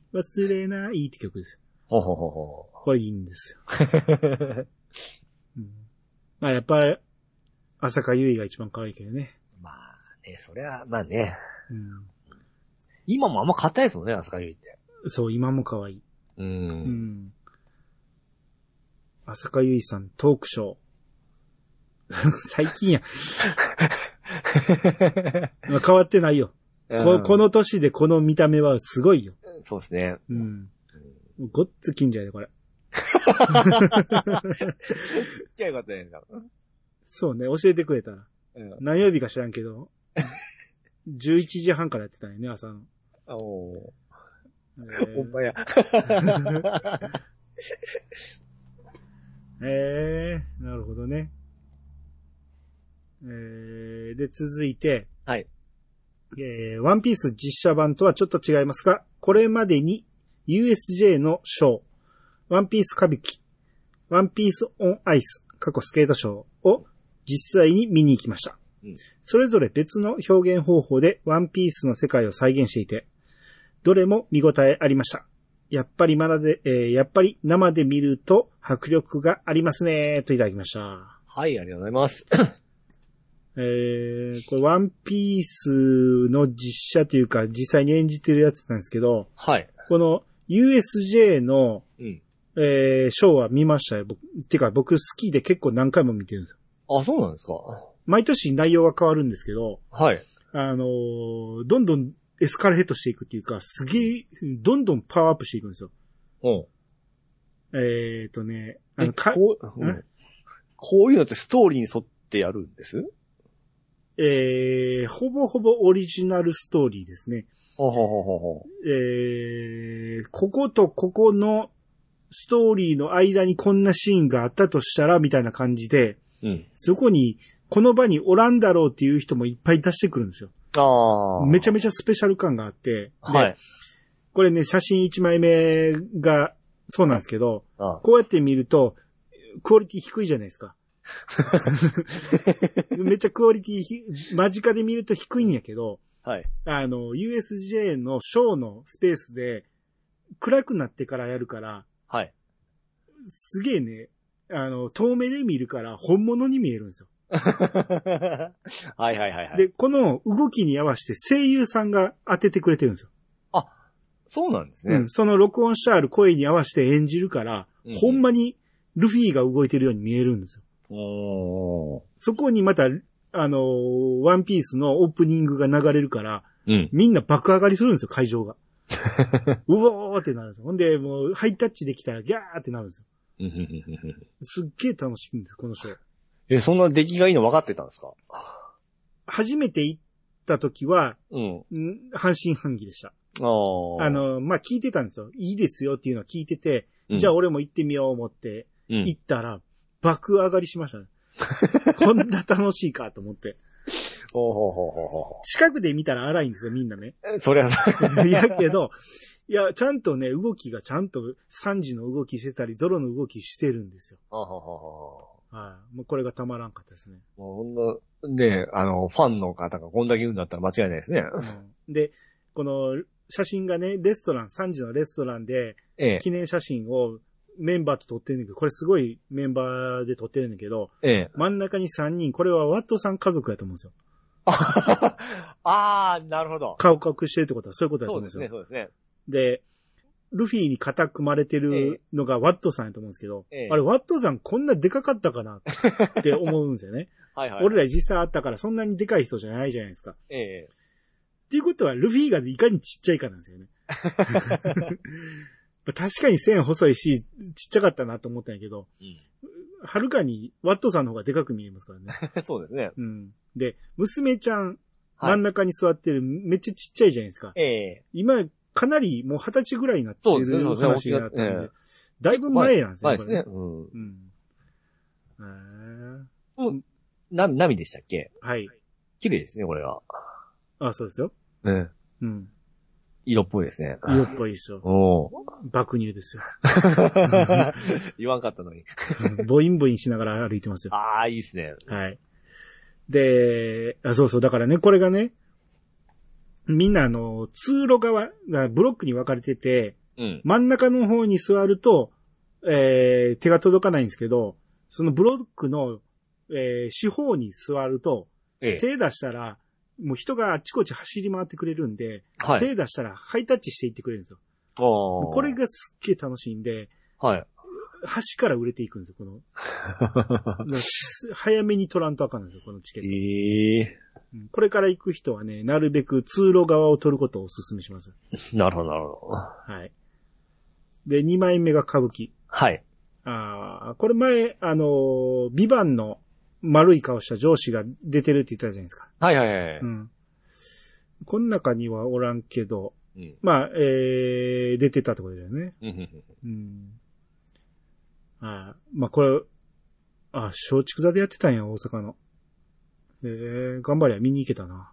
忘れないって曲ですよ。 ほほほほ。 これいいんですよ。うん、まあやっぱり、浅香唯が一番可愛いけどね。 まあね、そりゃ、まあね。 うん、 今もあんま硬いですもんね、浅香唯って。 そう、今も可愛い。 うん。うん。 浅香唯さん、トークショー。最近や。変わってないよ。こ, この年でこの見た目はすごいよ。 そうですね。 うん。ごっつ近所やで、これ。 じゃあよかったね。 そうね、教えてくれたら。うん、何曜日か知らんけど、じゅういちじはんからやってたんよね、朝の。 おー。えー、ほんまや。 えー、なるほどね。えー、で、続いて、 はい。 えー、ワンピース実写版とはちょっと違いますが、これまでに ユーエスジェー のショー、ワンピース歌舞伎、ワンピースオンアイス、過去スケートショーを実際に見に行きました。うん、それぞれ別の表現方法でワンピースの世界を再現していて、どれも見応えありました。やっぱりまだで、えー、やっぱり生で見ると迫力がありますね、といただきました。 はい、ありがとうございます。 えー、これワンピースの実写というか実際に演じてるやつなんですけど、 はい。 この ユーエスジェー の、うんえー、ショーは見ましたよ。僕てか僕好きで結構何回も見てるんですよ。 あ、そうなんですか。 毎年内容は変わるんですけど、 はい。 あのー、どんどんエスカレートしていくっていうか、すげえ、どんどんパワーアップしていくんですよ。うん。えーとね、 あのかこう、うん、こういうのってストーリーに沿ってやるんです？ えー、ほぼほぼオリジナルストーリーですね。 ほほほほほ。 えー、こことここのストーリーの間にこんなシーンがあったとしたら、みたいな感じで、うん、そこに、この場におらんだろうっていう人もいっぱい出してくるんですよ。 あめちゃめちゃスペシャル感があって、 はい。 これね、写真いちまいめがそうなんですけど、ああこうやって見ると、クオリティ低いじゃないですか。めっちゃクオリティ間近で見ると低いんやけど、 はい。 あの、ユーエスジェー のショーのスペースで暗くなってからやるから、 はい。 すげえね、あの、遠目で見るから本物に見えるんですよ。 はいはいはいはい。 で、この動きに合わせて声優さんが当ててくれてるんですよ。 あ、そうなんですね。 うん。その録音してある声に合わせて演じるから、うん、ほんまにルフィが動いてるように見えるんですよ。 おー。 そこにまた、あのー、ワンピースのオープニングが流れるから、 うん、 みんな爆上がりするんですよ、会場が。うおーってなるんですよ。ほんで、もうハイタッチできたらギャーってなるんですよ。すっげー楽しいんです、このショー。 え、そんな出来がいいの分かってたんですか？ 初めて行った時は、 うん、 半信半疑でした。 あの、まあ、聞いてたんですよ。いいですよっていうのは聞いてて、うん、じゃあ俺も行ってみよう思って、行ったら、爆上がりしましたね。こんな楽しいかと思って。 ほうほうほうほうほう。 近くで見たら荒いんですよ、みんなね。 そりゃいやけど、いや、ちゃんとね、動きがちゃんとサンジの動きしてたり、ゾロの動きしてるんですよ。 はははははい。もうこれがたまらんかったですね。 もうほんな、ね、あの、ファンの方がこんだけ言うんだったら間違いないですね。 うん、で、この写真がね、レストラン、サンジのレストランで、記念写真をメンバーと撮ってるんだけど、これすごいメンバーで撮ってるんだけど、 ええ、 真ん中にさんにん、これはワットさん家族やと思うんですよ。 ああ、なるほど。 顔隠してるってことはそういうことだと思うんですよ。 そうですね、そうですね。 で、ルフィに肩組まれてるのがワットさんやと思うんですけど、ええ、あれワットさんこんなでかかったかなって思うんですよね。 はいはい、はい。 俺ら実際あったからそんなにでかい人じゃないじゃないですか。 ええ。 っていうことはルフィがいかにちっちゃいかなんですよね。確かに線細いし、ちっちゃかったなと思ったんやけど、はる、うん、かにワットさんの方がでかく見えますからね。 そうですね。 うん。で、娘ちゃん、真ん中に座ってる、めっちゃちっちゃいじゃないですか。 ええ。 今、かなりもう二十歳ぐらいになってる話になってるんで、ええ、だいぶ前なんですね。 前ですね。うん。うん。 へー。な、波でしたっけ？ はい。 綺麗ですね、これは。 あ、そうですよ。 うん。 うん。 色っぽいですね。 色っぽいですよ。 お爆乳ですよ。 言わんかったのに。 ボインボインしながら歩いてますよ。 ああ、いいですね。 はい。で、あ、そうそう、だからね、これがね、みんなあの、通路側がブロックに分かれてて、うん、真ん中の方に座ると、えー、手が届かないんですけど、そのブロックの、えー、四方に座ると、ええ、手出したら、もう人があっちこっち走り回ってくれるんで、はい、手出したらハイタッチしていってくれるんですよ。これがすっげえ楽しいんで、はい、端から売れていくんですよ、この。早めに取らんとあかんんですよ、このチケット。えー、これから行く人はね、なるべく通路側を取ることをお勧めします。 なるほど、なるほど。 はい。で、にまいめが歌舞伎。はい。ああ、これ前、あのー、ビバンの丸い顔した上司が出てるって言ったじゃないですか。 はいはいはい。 うん。この中にはおらんけど、うん、まあ、えー、出てたってことだよね。うん。あまあこれ、あ、松竹座でやってたんや、大阪の。えー、頑張りゃ見に行けたな。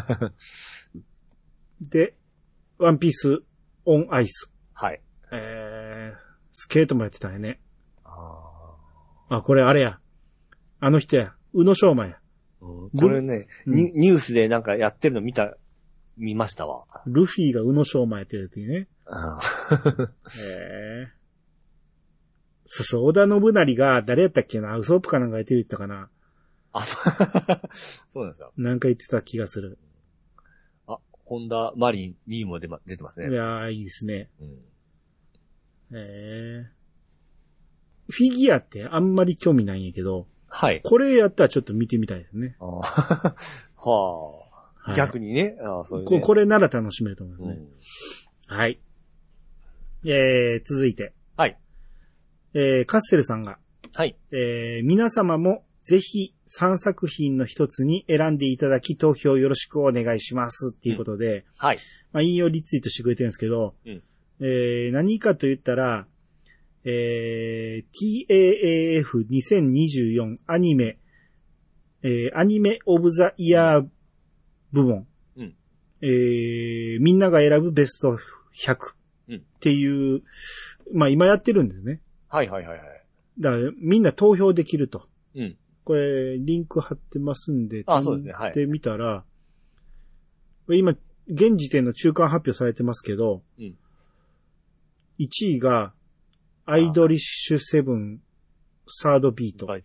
で、ワンピースオンアイス。はい。えー、スケートもやってたんやね。ああ。あ、これあれや。あの人や。宇野昌磨や。 うん、これね、うん、ニュースでなんかやってるの見た、見ましたわ。 ルフィが宇野昌磨やってるっていうね。あえー、そうそう、織田信成が誰やったっけな、ウソップかなんかやってるって言ったかな。あ、そう、そうなんですか。なんか言ってた気がする。 あ、本田マリンにも出ま、出てますね。 いやー、いいですね。うん、えー、フィギュアってあんまり興味ないんやけど、はい。これやったらちょっと見てみたいですね。あはあ、はい。逆にね。あそういうねこ。これなら楽しめると思いますね。うん、はい。えー、続いて。はい。えー、カッセルさんが。はい。えー、皆様もぜひさんさく品の一つに選んでいただき投票よろしくお願いしますっていうことで。うん、はい。まあ、引用リツイートしてくれてるんですけど、うん、えー、何かと言ったら、えー、ティーエーエーエフにせんにじゅうよん アニメ、えー、アニメオブザイヤー部門、うん、えー、みんなが選ぶベストひゃくっていう、うん、まあ今やってるんですね。はいはいはいはい。だからみんな投票できると。うん、これリンク貼ってますんで、 あ、そうですね。はい。 で見たら、今現時点の中間発表されてますけど、うん、いちいがアイドリッシュセブンサードビート。はい。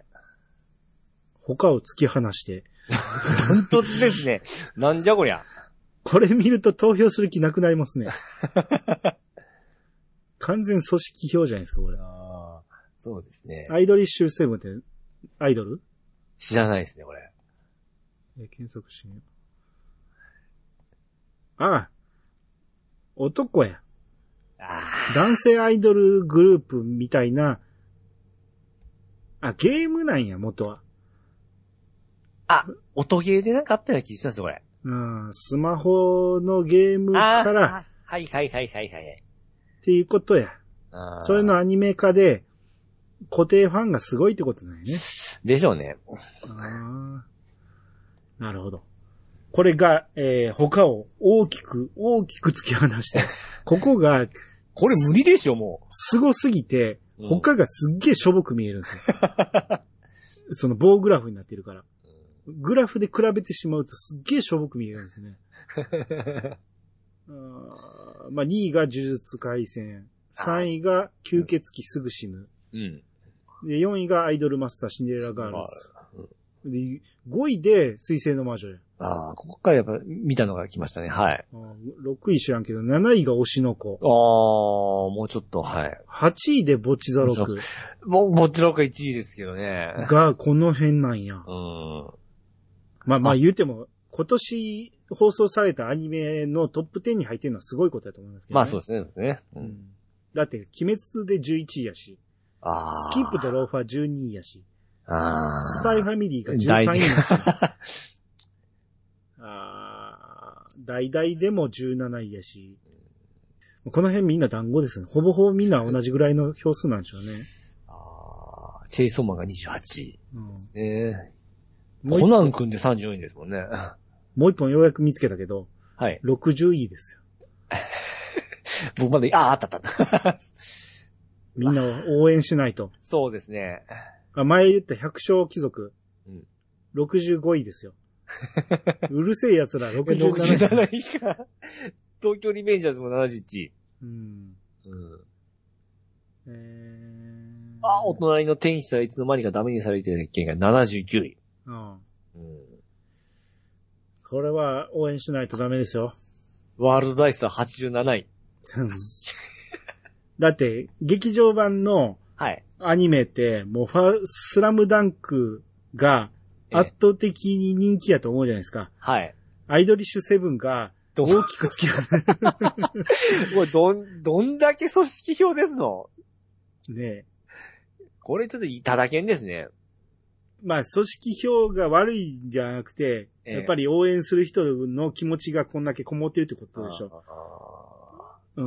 他を突き放して。 本当ですね。なんじゃこりゃ。 これ見ると投票する気なくなりますね。完全組織票じゃないですか、これ。ああ、 そうですね。 アイドリッシュセブンってアイドル？ 知らないですね、これ。 え、検索してみよう。ああ。男や。男性アイドルグループみたいな、あ、ゲームなんや、元は。 あ、音ゲーでなんかあったような気がしたんですよ、これ。 うん、スマホのゲームから。 はいはいはいはいはい。 っていうことや。それのアニメ化で、固定ファンがすごいってことなんやね。 でしょうね。 あなるほど。これが、えー、他を大きく、大きく突き放して、ここが、 これ無理でしょ、もう。 すごすぎて、他がすっげえしょぼく見えるんですよ。その棒グラフになってるから。グラフで比べてしまうとすっげえしょぼく見えるんですね。あまあ、にいが呪術廻戦。さんいが吸血鬼すぐ死ぬ。うん、でよんいがアイドルマスターシンデレラガールズ。でごいで水星の魔女や。 ああ、ここからやっぱ見たのが来ましたね。はい。 ろくい知らんけど、なないが推しの子。 ああ、もうちょっと、はい。 はちいでぼっちザロック。 もうぼっちザロックいちいですけどね。 が、この辺なんや。うん。まあまあ言うても、今年放送されたアニメのトップじゅうに入ってるのはすごいことだと思いますけどね。 まあそうですね。ですねうん、だって、鬼滅でじゅういちいやし。あスキップとローファーじゅうにいやし。あスパイファミリーがじゅうさんいやし。あ大々でもじゅうなないやし。この辺みんな団子ですね。ほぼほぼみんな同じぐらいの票数なんでしょうね。 あチェイソーマンがにじゅうはちいですね。うん、コナン君でさんじゅうよんいですもんね。 もう一本ようやく見つけたけど、はい。ろくじゅういですよ。 僕まで、ああ、あったあった。 みんなを応援しないと。 そうですね。 あ、前言った百姓貴族。 うん。 ろくじゅうごいですよ。うるせえ奴らろくじゅうなない。 ろくじゅうなないか。東京リベンジャーズもななじゅういち。 うん。うん。 えー、あ、お隣の天使はいつの間にかダメにされている件がななじゅうきゅうい。うん。うん。 これは応援しないとダメですよ。 ワールドダイスははちじゅうなない。 だって、劇場版のアニメって、もうファ、スラムダンクが圧倒的に人気やと思うじゃないですか。 はい。 アイドリッシュセブンが大きくつきる。 もうどん、どんだけ組織票ですのねえ。 これちょっといただけんですね。 まあ、組織票が悪いんじゃなくて、ええ、やっぱり応援する人の気持ちがこんだけこもってるってことでしょ。あうん。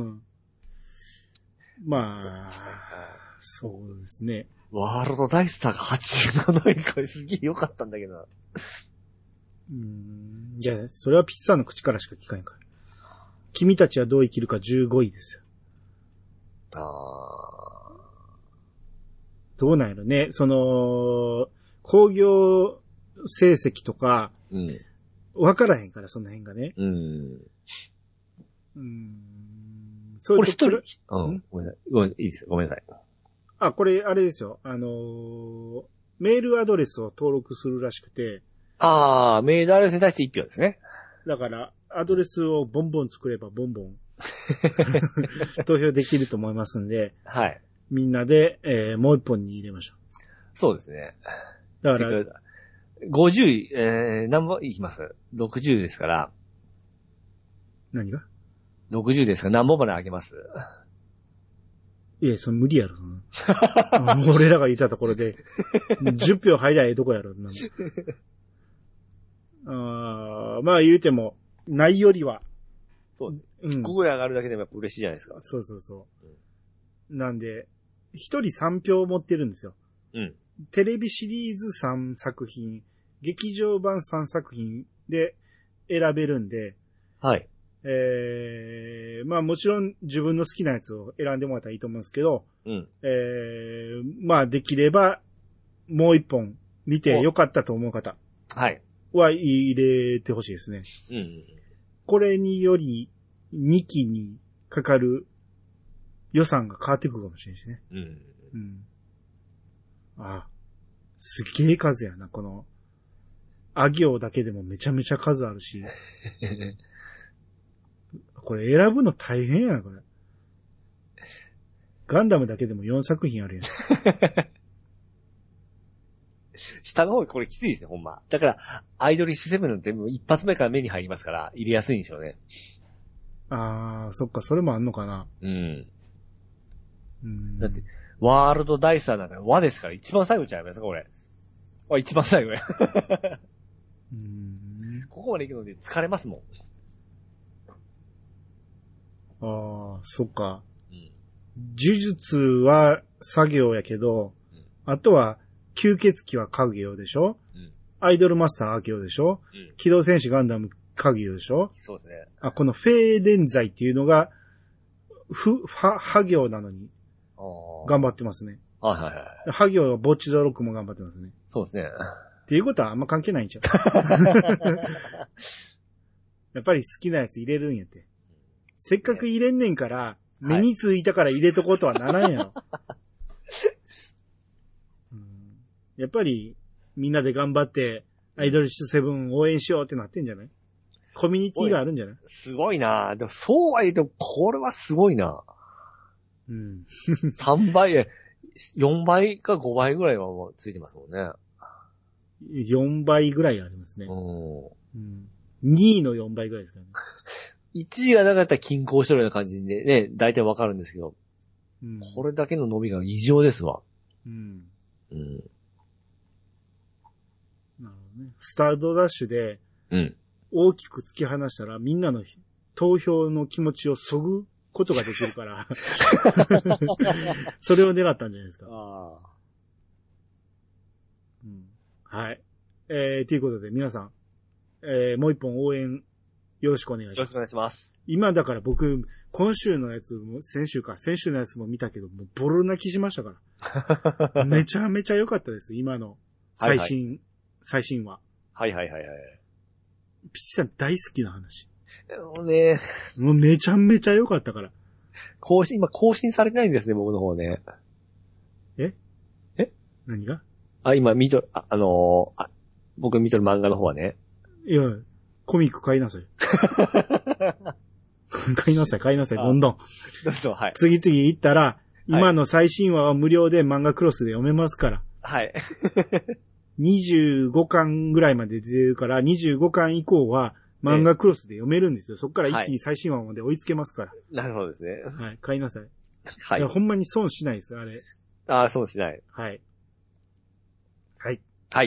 まあ、そうですね。 ワールドダイスターがはちじゅうなないかすげえ良かったんだけどな。 うーん。いや、それはピッツァの口からしか聞かないから。君たちはどう生きるかじゅうごいですよ。ああ。どうなんやろね。その、工業成績とか、うん。わからへんから、その辺がね。うん。 うん。そういうこれ一人、うん。ごめんなさい。ごめん、いいですよ。ごめんなさい。 あ、これ、あれですよ。あのー、メールアドレスを登録するらしくて。 ああ、メールアドレスに対して一票ですね。 だから、アドレスをボンボン作ればボンボン投票できると思いますんで。はい。みんなで、えー、もう一本に入れましょう。 そうですね。だから、ごじゅうい、えー、何本いきます ?ろくじゅう ですから。 何が ? ろくじゅう ですから何本まで上げますいや、その無理やろ。俺らがいたところで、じゅっぴょう入りゃええとこやろ。あまあ言うても、ないよりは。 そう。うん。ここで上がるだけでもやっぱ嬉しいじゃないですか。 そうそうそう。うん、なんで、一人さんぴょう持ってるんですよ。うん。テレビシリーズさんさく品、劇場版さんさく品で選べるんで。はい。えー、まあもちろん自分の好きなやつを選んでもらったらいいと思うんですけど、うん。えー、まあできれば、もう一本見てよかったと思う方。はい。は入れてほしいですね。うん。これによりにきにかかる予算が変わってくるかもしれないしね。うん。うん。あ、すげえ数やな、この、あ行だけでもめちゃめちゃ数あるし。これ選ぶの大変やな、これ。ガンダムだけでもよんさく品あるやん。 下の方これきついですね、ほんま。だから、アイドリッシュセブンなんてもう一発目から目に入りますから、入れやすいんでしょうね。 あー、そっか、それもあんのかな。うん。 うん。だって、ワールドダイサーなんか和ですから一番最後ちゃいますか、これ。あ、一番最後や。うん。ここまで行くので疲れますもん。 ああ、そっか。うん、呪術は作業やけど、うん、あとは吸血鬼は家業でしょ、うん、アイドルマスター家業でしょ、うん、機動戦士ガンダム家業でしょ。そうですね。あ、このフェーデンザイっていうのが、ふ、は、は行なのに、頑張ってますね。はいはいはい。は行はボッチザロックも頑張ってますね。 そうですね。 っていうことはあんま関係ないんちゃう。やっぱり好きなやつ入れるんやって。せっかく入れんねんから、目についたから入れとこうとはならんやろ。うん、やっぱり、みんなで頑張って、アイドルシュセブン応援しようってなってんじゃない？コミュニティがあるんじゃない？ すごいな。でも、そうは言うと、これはすごいな。うん。さんばい、よんばいかごばいぐらいはもうついてますもんね。 よんばいぐらいありますね。うん。にいのよんばいぐらいですからね。 いちいがなかったら均衡してるような感じでね、大体わかるんですけど、うん、これだけの伸びが異常ですわ。うん。うん。 なるほどね。スタートダッシュで、うん。大きく突き放したら、みんなの投票の気持ちを削ぐことができるから、それを狙ったんじゃないですか。ああ。うん。はい。えー、ということで皆さん、えー、もう一本応援よろしくお願いします。 よろしくお願いします。 今だから僕、今週のやつも、先週か、先週のやつも見たけど、もうボロ泣きしましたから。めちゃめちゃ良かったです、今の最新、はいはい、最新話。 はいはいはいはい。 ピチさん大好きな話。 もうね。 もうめちゃめちゃ良かったから。 更新、今更新されてないんですね、僕の方ね。 ええ何があ、今見とる、あ、あのー、あ、僕見とる漫画の方はね。 いや、コミック買いなさい。買いなさい、買いなさい、どんどん。 どんどん、はい。 次々行ったら、今の最新話は無料で漫画クロスで読めますから。 はい。 にじゅうごかんぐらいまで出てるから、にじゅうごかん以降は漫画クロスで読めるんですよ。そっから一気に最新話まで追いつけますから。 なるほどですね。 はい、買いなさい。 はい。 いやほんまに損しないです、あれ。 ああ、損しない。 はい。はい。 はい。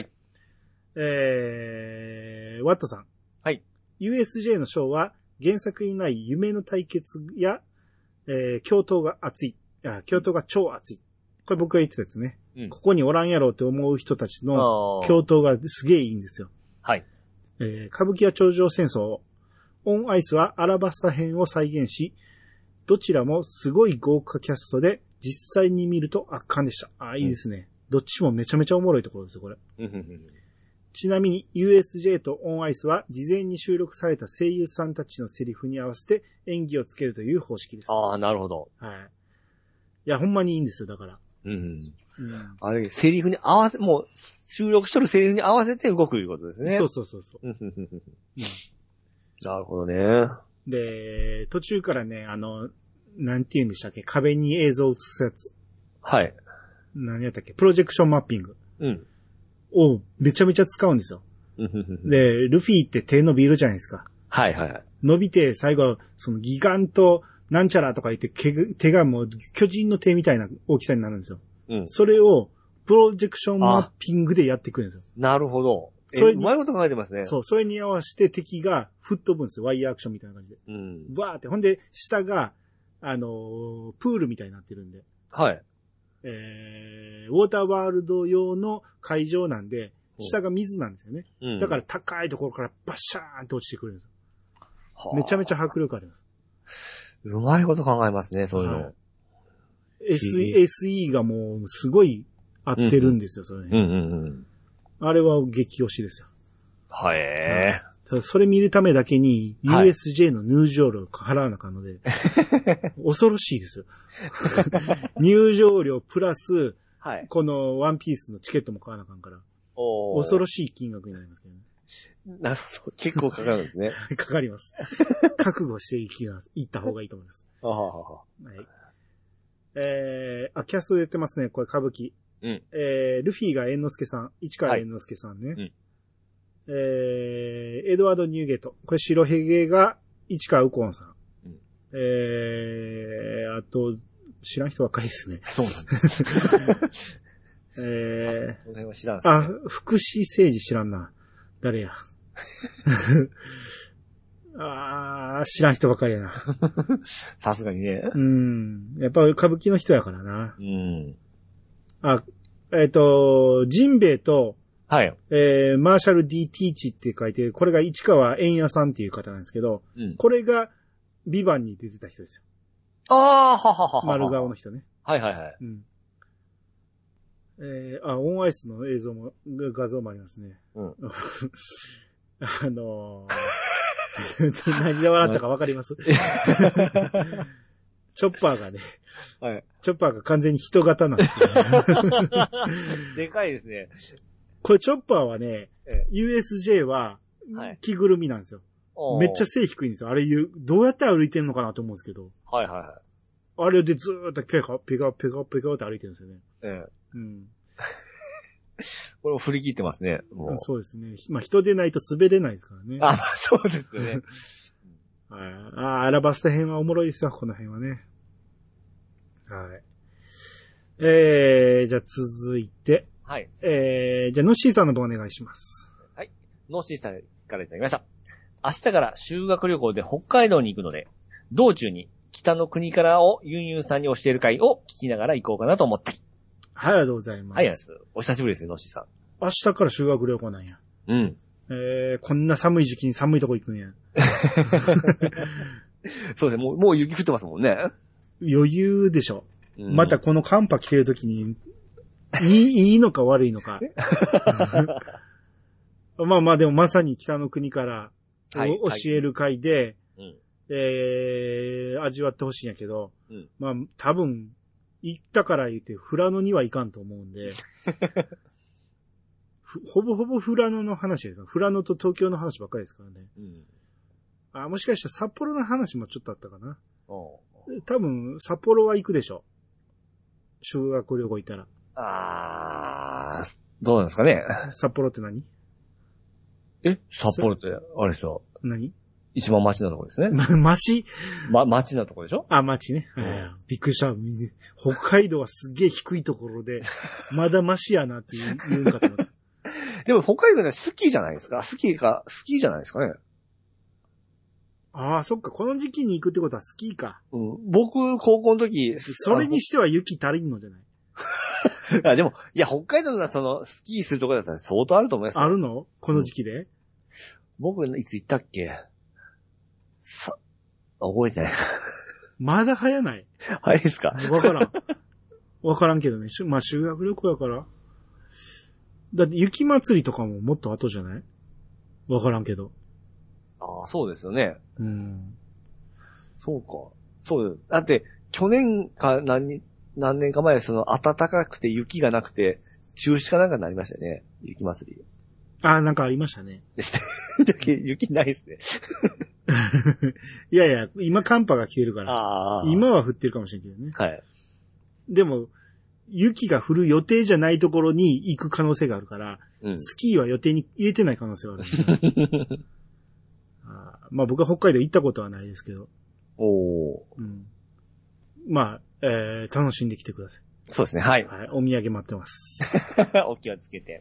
えー、ワットさん。 はい。 ユーエスジェー の章は原作にない夢の対決や、えー、共闘が熱い。あ、共闘が超熱い。これ僕が言ってたやつね。うん、ここにおらんやろうって思う人たちの共闘がすげえいいんですよ。 はい。 えー、歌舞伎は頂上戦争。オンアイスはアラバスタ編を再現し、どちらもすごい豪華キャストで実際に見ると圧巻でした。あ、いいですね。うん、どっちもめちゃめちゃおもろいところですよ、これ。ちなみに ユーエスジェー とオンアイスは事前に収録された声優さんたちのセリフに合わせて演技をつけるという方式です。 ああ、なるほど。 はい。いや、ほんまにいいんですよ、だから。 うんうん。あれ、セリフに合わせ、もう、収録しとるセリフに合わせて動くということですね。 そうそうそうそう。 なるほどね。 で、途中からね、あの、なんて言うんでしたっけ、壁に映像を映すやつ。 はい。 何やったっけ、プロジェクションマッピング。 うん。 をめちゃめちゃ使うんですよ。で、ルフィって手伸びるじゃないですか。 はいはい。 伸びて、最後、そのギガンと、なんちゃらとか言って、手がもう巨人の手みたいな大きさになるんですよ。うん。それを、プロジェクションマッピングでやってくるんですよ。 なるほど。それ、うまいこと考えてますね。 そう、それに合わせて敵が吹っ飛ぶんですよ。ワイヤーアクションみたいな感じで。うん。わーって。ほんで、下が、あのー、プールみたいになってるんで。 はい。 えー、ウォーターワールド用の会場なんで、下が水なんですよね。うん。だから高いところからバッシャーンって落ちてくるんですよ。はあ、めちゃめちゃ迫力あります。 うまいこと考えますね、そういうの。はい、 エスイー、エスイー がもうすごい合ってるんですよ、それ、ね。うんうんうん。あれは激推しですよ。 はえー。ただそれ見るためだけに ユーエスジェー の入場料を払わなあかんので、はい、恐ろしいですよ。入場料プラス、はい、このワンピースのチケットも買わなあかんから、お恐ろしい金額になりますけどね。 なるほど。結構かかるんですね。 かかります。覚悟していきな、行った方がいいと思います。あはははい。えー、あ、キャストで言ってますね。これ歌舞伎。うん。えー、ルフィが猿之助さん。市川猿之助さんね。はい、うん。えー、エドワード・ニューゲート。これ白ヘゲが市川右近さん。うん。えー、あと、知らん人ばっかりですね。 そうなんです。えー、 この辺は知らんですね。 あ、福士誠治知らんな。誰や。あー、知らん人ばかりやな。 さすがにね。 うん。やっぱ歌舞伎の人やからな。 うん。 あ、えっ、ー、と、ジンベエと、 はい。 えー、マーシャル D ティーチって書いて、これが市川円也さんっていう方なんですけど、うん、これがビバンに出てた人ですよ。 あー、はははは。 丸顔の人ね。 はいはいはい。 うん。えー、あ、オンアイスの映像も、画像もありますね。うん。あのー、何で笑ったかわかりますチョッパーがね、はい。チョッパーが完全に人型なんですよ、ね。 でかいですね。 これチョッパーはね、ええ、ユーエスジェー は、着ぐるみなんですよ。はい、めっちゃ背低いんですよ。あれ、どうやって歩いてんのかなと思うんですけど。 はいはいはい。 あれでずーっとペカ、ペカ、ペカ、ペカって歩いてるんですよね。 ええ。うん。これも振り切ってますね。もうそうですね。まあ、人でないと滑れないですからね。 あ、そうですよね。 ああ、アラバスタ編はおもろいですよ、この辺はね。はい。えー、じゃあ続いて。 はい。 えー、じゃあノッシーさんの方お願いします。 はい。ノッシーさんからいただきました。明日から修学旅行で北海道に行くので、道中に北の国からをユンユンさんに教える会を聞きながら行こうかなと思ってはい、ありがとうございます。 はい、です。お久しぶりですね、ノッシーさん。 明日から修学旅行なんや。 うん。 えー、 ー、こんな寒い時期に寒いとこ行くんや。 そうですね、もう、もう雪降ってますもんね。 余裕でしょ。うん、またこの寒波来てる時に、いい、いいのか悪いのか。まあまあでもまさに北の国から、はい、教える会で、はい、えー、味わってほしいんやけど、うん、まあ多分、行ったから言って富良野には行かんと思うんで、ほぼほぼ富良野の話ですか。富良野と東京の話ばっかりですからね。うん、あ、もしかしたら札幌の話もちょっとあったかな。多分、札幌は行くでしょ。修学旅行行ったら。 あー、どうなんですかね。 札幌って何？ え札幌って、あれですよ。 何？ 一番町なとこですね。 町？ ま、町なとこでしょ？ あ、町ね。うん、びっくりした。北海道はすっげえ低いところで、まだ町やなって言うんかと思った。 でも北海道ではスキーじゃないですか？スキーか、スキーじゃないですかね。 ああ、そっか。この時期に行くってことはスキーか。 うん。僕、高校の時。 それにしては雪足りんのじゃない？ あでも、いや、北海道がその、スキーするところだったら相当あると思いますよ。 あるの？この時期で、うん、 僕、いつ行ったっけ？さ、覚えてない。 まだ早ない？ 早いですか？ わからん。わからんけどね。まあ、修学旅行やから。だって雪祭りとかももっと後じゃない？わからんけど。 ああ、そうですよね。 うん。 そうか。そうよ。だって、去年か何、何年か前、その暖かくて雪がなくて、中止かなんかになりましたよね。雪祭り。 ああ、なんかありましたね。 ですね。雪ないですね。 いやいや、今寒波が来てるから。 あ今は降ってるかもしれんけどね。 はい。 でも、雪が降る予定じゃないところに行く可能性があるから、うん、スキーは予定に入れてない可能性はある。あまあ僕は北海道行ったことはないですけど。 おー。 うん、まあ、えー、楽しんできてください。 そうですね、はい。 はい、お土産待ってます。 お気をつけて。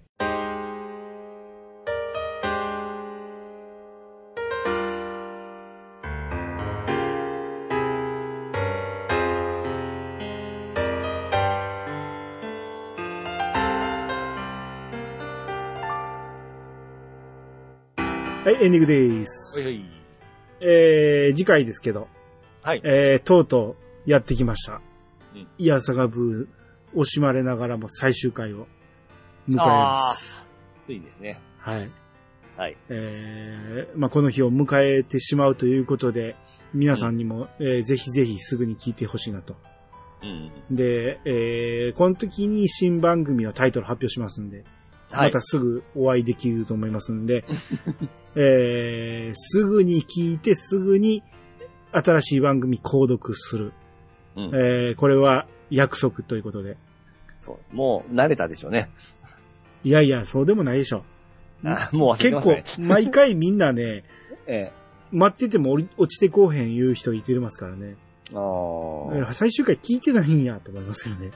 はい、エンディングでーす。 はいはい。 えー、次回ですけど。 はい。 えー、とうとうやってきました。うん。イヤサガブー、惜しまれながらも最終回を迎えます。 ついですね。 はい。 はい。 えー、まあ、この日を迎えてしまうということで、皆さんにも、うん、えー、ぜひぜひすぐに聞いてほしいなと。 うん。 で、えー、この時に新番組のタイトル発表しますんで。またすぐお会いできると思いますんで、はい、えー、すぐに聞いてすぐに新しい番組購読する。うん、えー、これは約束ということで。 そう。もう慣れたでしょうね。 いやいや、そうでもないでしょ。 あもう忘れてますね。 結構、毎回みんなね、 ええ、待ってても落ちてこうへん言う人いてますからね。 あ最終回聞いてないんやと思いますよね。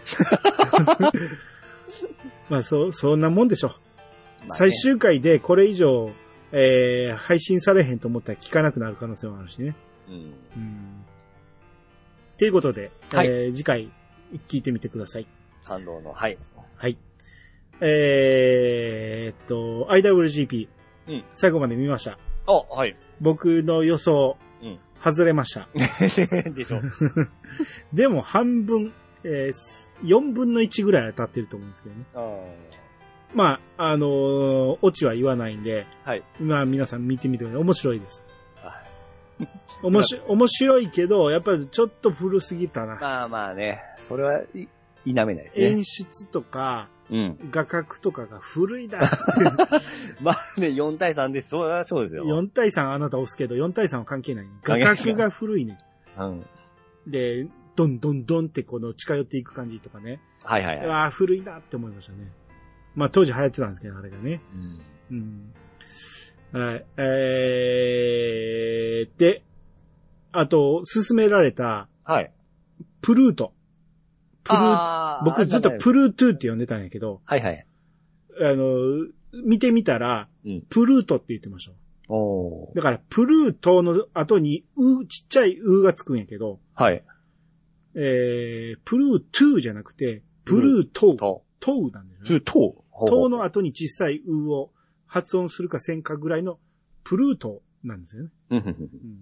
まあ、そう、そんなもんでしょ。まあね、最終回でこれ以上、えー、配信されへんと思ったら聞かなくなる可能性もあるしね。 うん。うん。 ということで、はい、えー、次回聞いてみてください。 感動の、はい。 はい。えーっと、アイダブリュージーピー、うん、最後まで見ました。 あ、はい。 僕の予想、うん、外れました。 でしょ。 でも半分、えー、よんぶんのいちぐらい当たってると思うんですけどね。 あまあ、あのー、オチは言わないんで、 はい。 まあ皆さん見てみてください。面白いです。おもし、面白いけど、やっぱりちょっと古すぎたな。 まあまあね、それは、い、否めないですね。 演出とか、うん。画角とかが古いな。 まあね、よんたいさんです。そうそうですよ。 よんたいさんあなた押すけど、よんたいさんは関係ない、ね。画角が古いね。 うん。 で、どんどんどんってこの近寄っていく感じとかね。 はいはいはい。 ああ、古いなって思いましたね。まあ当時流行ってたんですけど、あれがね。 うん。 うん。はい。えー、で、あと、勧められた、 はい。 プルート。プルー、僕ずっとプルートゥーって呼んでたんやけど、 はいはい。 あの、見てみたら、うん、プルートって言ってました。 おー。 だから、プルートの後に、う、ちっちゃいうがつくんやけど、 はい。 えー、プルートゥーじゃなくて、プルートウ。トウなんですね。トウ。 トウの後に小さいうを発音するかせんかぐらいのプルートなんですよね。うん、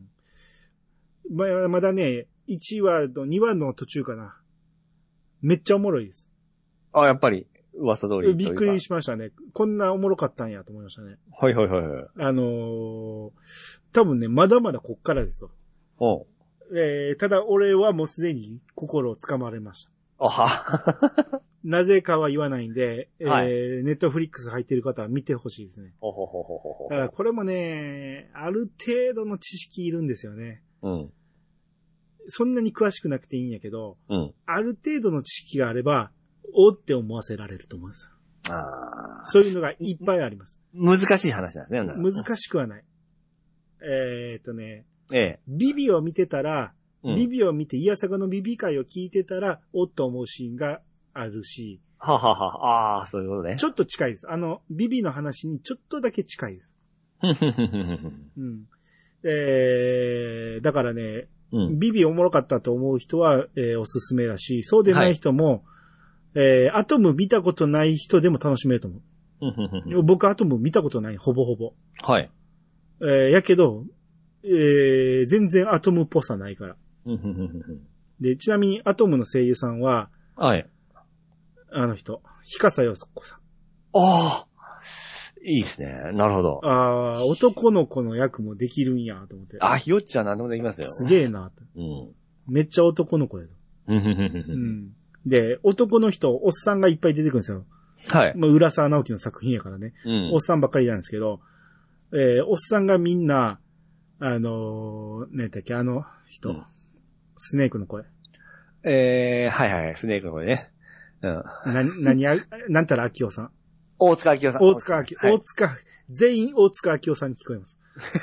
ま, まだね、いちわとにわの途中かな。めっちゃおもろいです。 あ、やっぱり、噂通り。 びっくりしましたね。こんなおもろかったんやと思いましたね。 はいはいはいはい。 あのー、多分ね、まだまだこっからですよ。おう。えー、ただ俺はもうすでに心をつかまれました。 あは。 なぜかは言わないんで、はい、えー、ネットフリックス入ってる方は見てほしいですね。ほほほほほほ。だからこれもね、ある程度の知識いるんですよね。うん。そんなに詳しくなくていいんやけど、うん。ある程度の知識があれば、おって思わせられると思うんですよ。ああ。そういうのがいっぱいあります。 難しい話なんですね。 難しくはない。えー、っとね、ええ。ビビを見てたら、うん、ビビを見て、イヤサガのビビ会を聞いてたら、おっと思うシーンがあるし。 ははは、ああ、そういうことね。 ちょっと近いです。あの、ビビの話にちょっとだけ近いです。うん。えー、だからね、うん、ビビおもろかったと思う人は、えー、おすすめだし、そうでない人も、はい、えー、アトム見たことない人でも楽しめると思う。僕アトム見たことない、ほぼほぼ。はい。えー、やけど、えー、全然アトムっぽさないから。で、ちなみにアトムの声優さんは、はい。あの人、日笠陽子さん。 ああ。いいですね。なるほど。 ああ、男の子の役もできるんや、と思って。 あ、ひよっちは何でもできますよ。 すげえな、と。うん。めっちゃ男の子やと。うん。で、男の人、おっさんがいっぱい出てくるんですよ。はい。まあ、浦沢直樹の作品やからね。うん。おっさんばっかりなんですけど、えー、おっさんがみんな、あのー、何だっけ、あの人、うん、スネークの声。 えー、はいはい、スネークの声ね。うん。な、 何や、なんたら秋夫さん。 大塚明夫さん。 大塚明夫、はい、大塚、全員大塚明夫さんに聞こえます。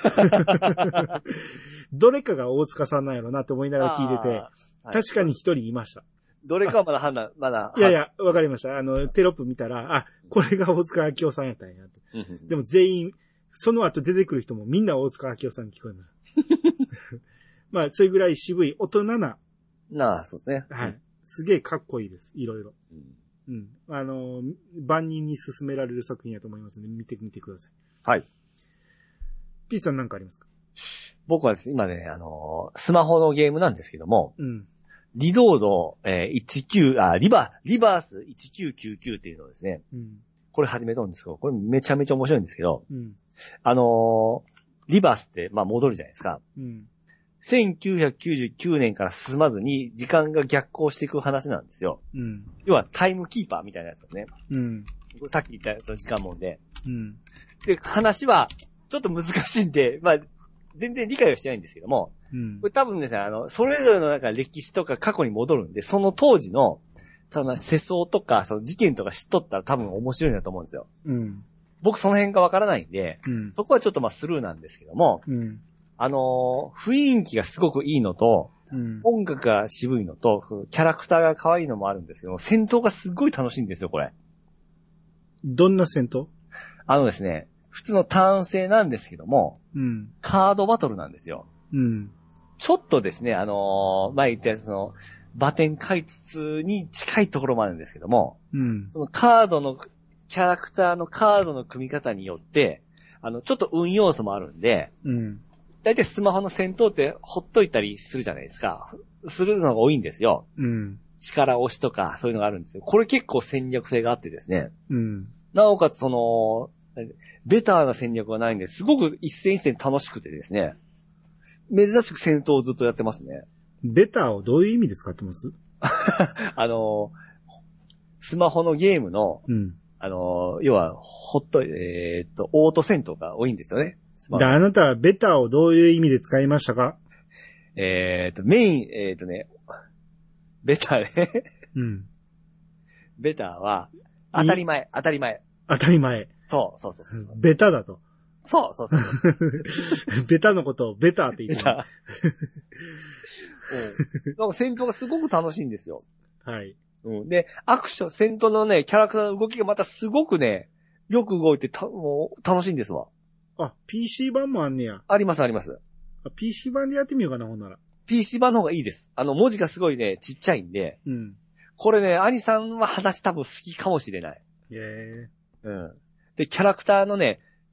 どれかが大塚さんなんやろなって思いながら聞いてて、はい、確かに一人いました。 どれかはまだ判断、まだ。 いやいや、わかりました。あの、テロップ見たら、あ、これが大塚明夫さんやったんや。でも全員、その後出てくる人もみんな大塚明夫さんに聞こえます。まあ、それぐらい渋い大人な。 なあ、そうですね。 はい。すげえかっこいいです。いろいろ。うん。あの、万人に勧められる作品やと思いますので、見てみてください。はい。P さん何かありますか？ 僕はですね、今ね、あのー、スマホのゲームなんですけども、うん。リロード、えー、19、あ、リバ、リバースいちきゅうきゅうきゅうっていうのをですね、うん。これ始めたんですけど、これめちゃめちゃ面白いんですけど、うん。あのー、リバースって、まあ戻るじゃないですか。うん。せんきゅうひゃくきゅうじゅうきゅうねんから進まずに時間が逆行していく話なんですよ。うん。要はタイムキーパーみたいなやつですね。うん。さっき言ったその時間問で。うん。で、話はちょっと難しいんで、まあ、全然理解はしてないんですけども、うん。これ多分ですね、あの、それぞれのなんか歴史とか過去に戻るんで、その当時の、その世相とか、その事件とか知っとったら多分面白いなと思うんですよ。うん。僕その辺がわからないんで、うん。そこはちょっとまあスルーなんですけども、うん。あのー、雰囲気がすごくいいのと、うん、音楽が渋いのと、キャラクターが可愛いのもあるんですけど、戦闘がすごい楽しいんですよ、これ。 どんな戦闘？ あのですね、普通のターン制なんですけども、うん、カードバトルなんですよ。うん、ちょっとですね、あのー、前言ったやつの、バテン開通に近いところもあるんですけども、うん、そのカードの、キャラクターのカードの組み方によって、あの、ちょっと運要素もあるんで、うんだいたいスマホの戦闘ってほっといたりするじゃないですか。するのが多いんですよ。うん。力押しとかそういうのがあるんですよ。これ結構戦略性があってですね。うん。なおかつその、ベターな戦略がないんで、すごく一戦一戦楽しくてですね。珍しく戦闘をずっとやってますね。 ベターをどういう意味で使ってます？ あの、スマホのゲームの、うん、あの、要は、ほっと、えー、っと、オート戦闘が多いんですよね。 で、あなたはベターをどういう意味で使いましたか？ えーと、メイン、えーとね、ベターね。うん。ベターは、当たり前、当たり前。 当たり前。 そう、そうそうそう。 ベタだと。 そうそうそう。 ベタのことをベターって言ってた。 なんか戦闘がすごく楽しいんですよ。 はい。 うん。で、アクション、戦闘のね、キャラクターの動きがまたすごくね、よく動いてた、もう、楽しいんですわ。 あ、ピーシー 版もあんねや。 ありますあります。 ピーシー 版でやってみようかな、ほんなら。 ピーシー 版の方がいいです。あの、文字がすごいね、ちっちゃいんで。うん。これね、兄さんは話多分好きかもしれない。へえ。うん。で、キャラクターのね、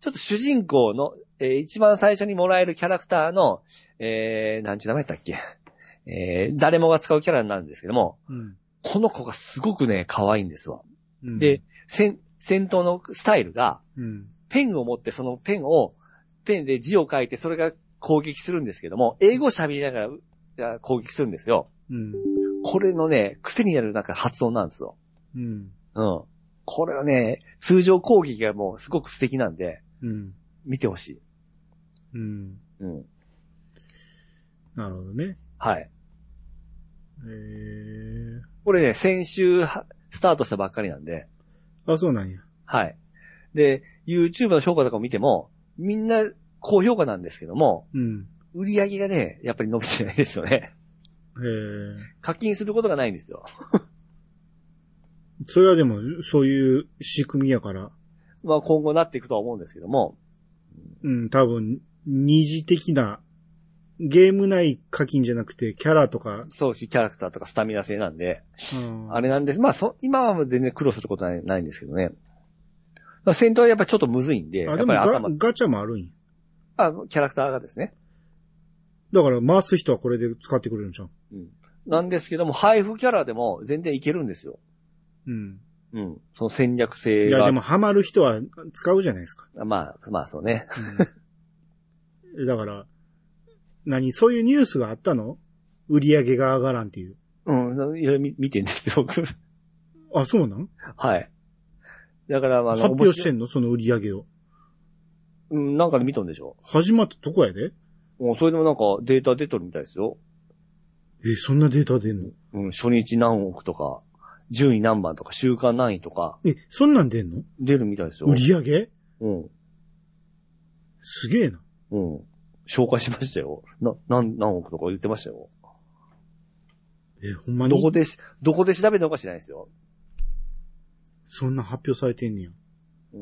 ちょっと主人公の、えー、一番最初にもらえるキャラクターの、えー、なんちゅう名前だっけ、えー、誰もが使うキャラになるんですけども、うん、この子がすごくね、可愛いんですわ。うん、で、戦、戦闘のスタイルが、うん、ペンを持ってそのペンを、ペンで字を書いてそれが攻撃するんですけども、英語喋りながら攻撃するんですよ。うん、これのね、癖になるなんか発音なんですよ。うん。うん。これはね、通常攻撃がもうすごく素敵なんで、うん、見てほしい。うん。うん。 なるほどね。 はい。へー。これね、先週スタートしたばっかりなんで。 あ、そうなんや。 はい。で、YouTube の評価とかを見ても、みんな高評価なんですけども、うん。売り上げがね、やっぱり伸びてないですよね。へー。課金することがないんですよ。 それはでも、そういう仕組みやから。 まあ今後なっていくとは思うんですけども。 うん、多分、二次的な、ゲーム内課金じゃなくて、キャラとか。 そう、キャラクターとかスタミナ制なんで。うん、あれなんです。まあそ、今は全然苦労することはない、ないんですけどね。戦闘はやっぱりちょっとむずいんで。 あ、でもやっぱり頭ガチャもあるんや。 あ、キャラクターがですね。 だから回す人はこれで使ってくれるんじゃん。 うん。なんですけども、配布キャラでも全然いけるんですよ。うん。うん。その戦略性が。 いや、でもハマる人は使うじゃないですか。 まあ、まあそうね。 うん、だから、何そういうニュースがあったの？売り上げが上がらんっていう。 うん。いや、見、見てんですよ、僕。 あ、そうなん？ はい。だから、まあ、 発表してんのその売り上げを。 うん、なんかで見とんでしょ。 始まったとこやで？ もうそれでもなんかデータ出とるみたいですよ。 え、そんなデータ出んの？ うん、初日何億とか、順位何番とか、週間何位とか。 え、そんなん出んの？ 出るみたいですよ。 売り上げ？ うん。 すげえな。 うん。紹介しましたよ。な、何、何億とか言ってましたよ。 え、ほんまに？ どこでし、どこで調べるのか知らないですよ。 そんな発表されてんねや。 うん。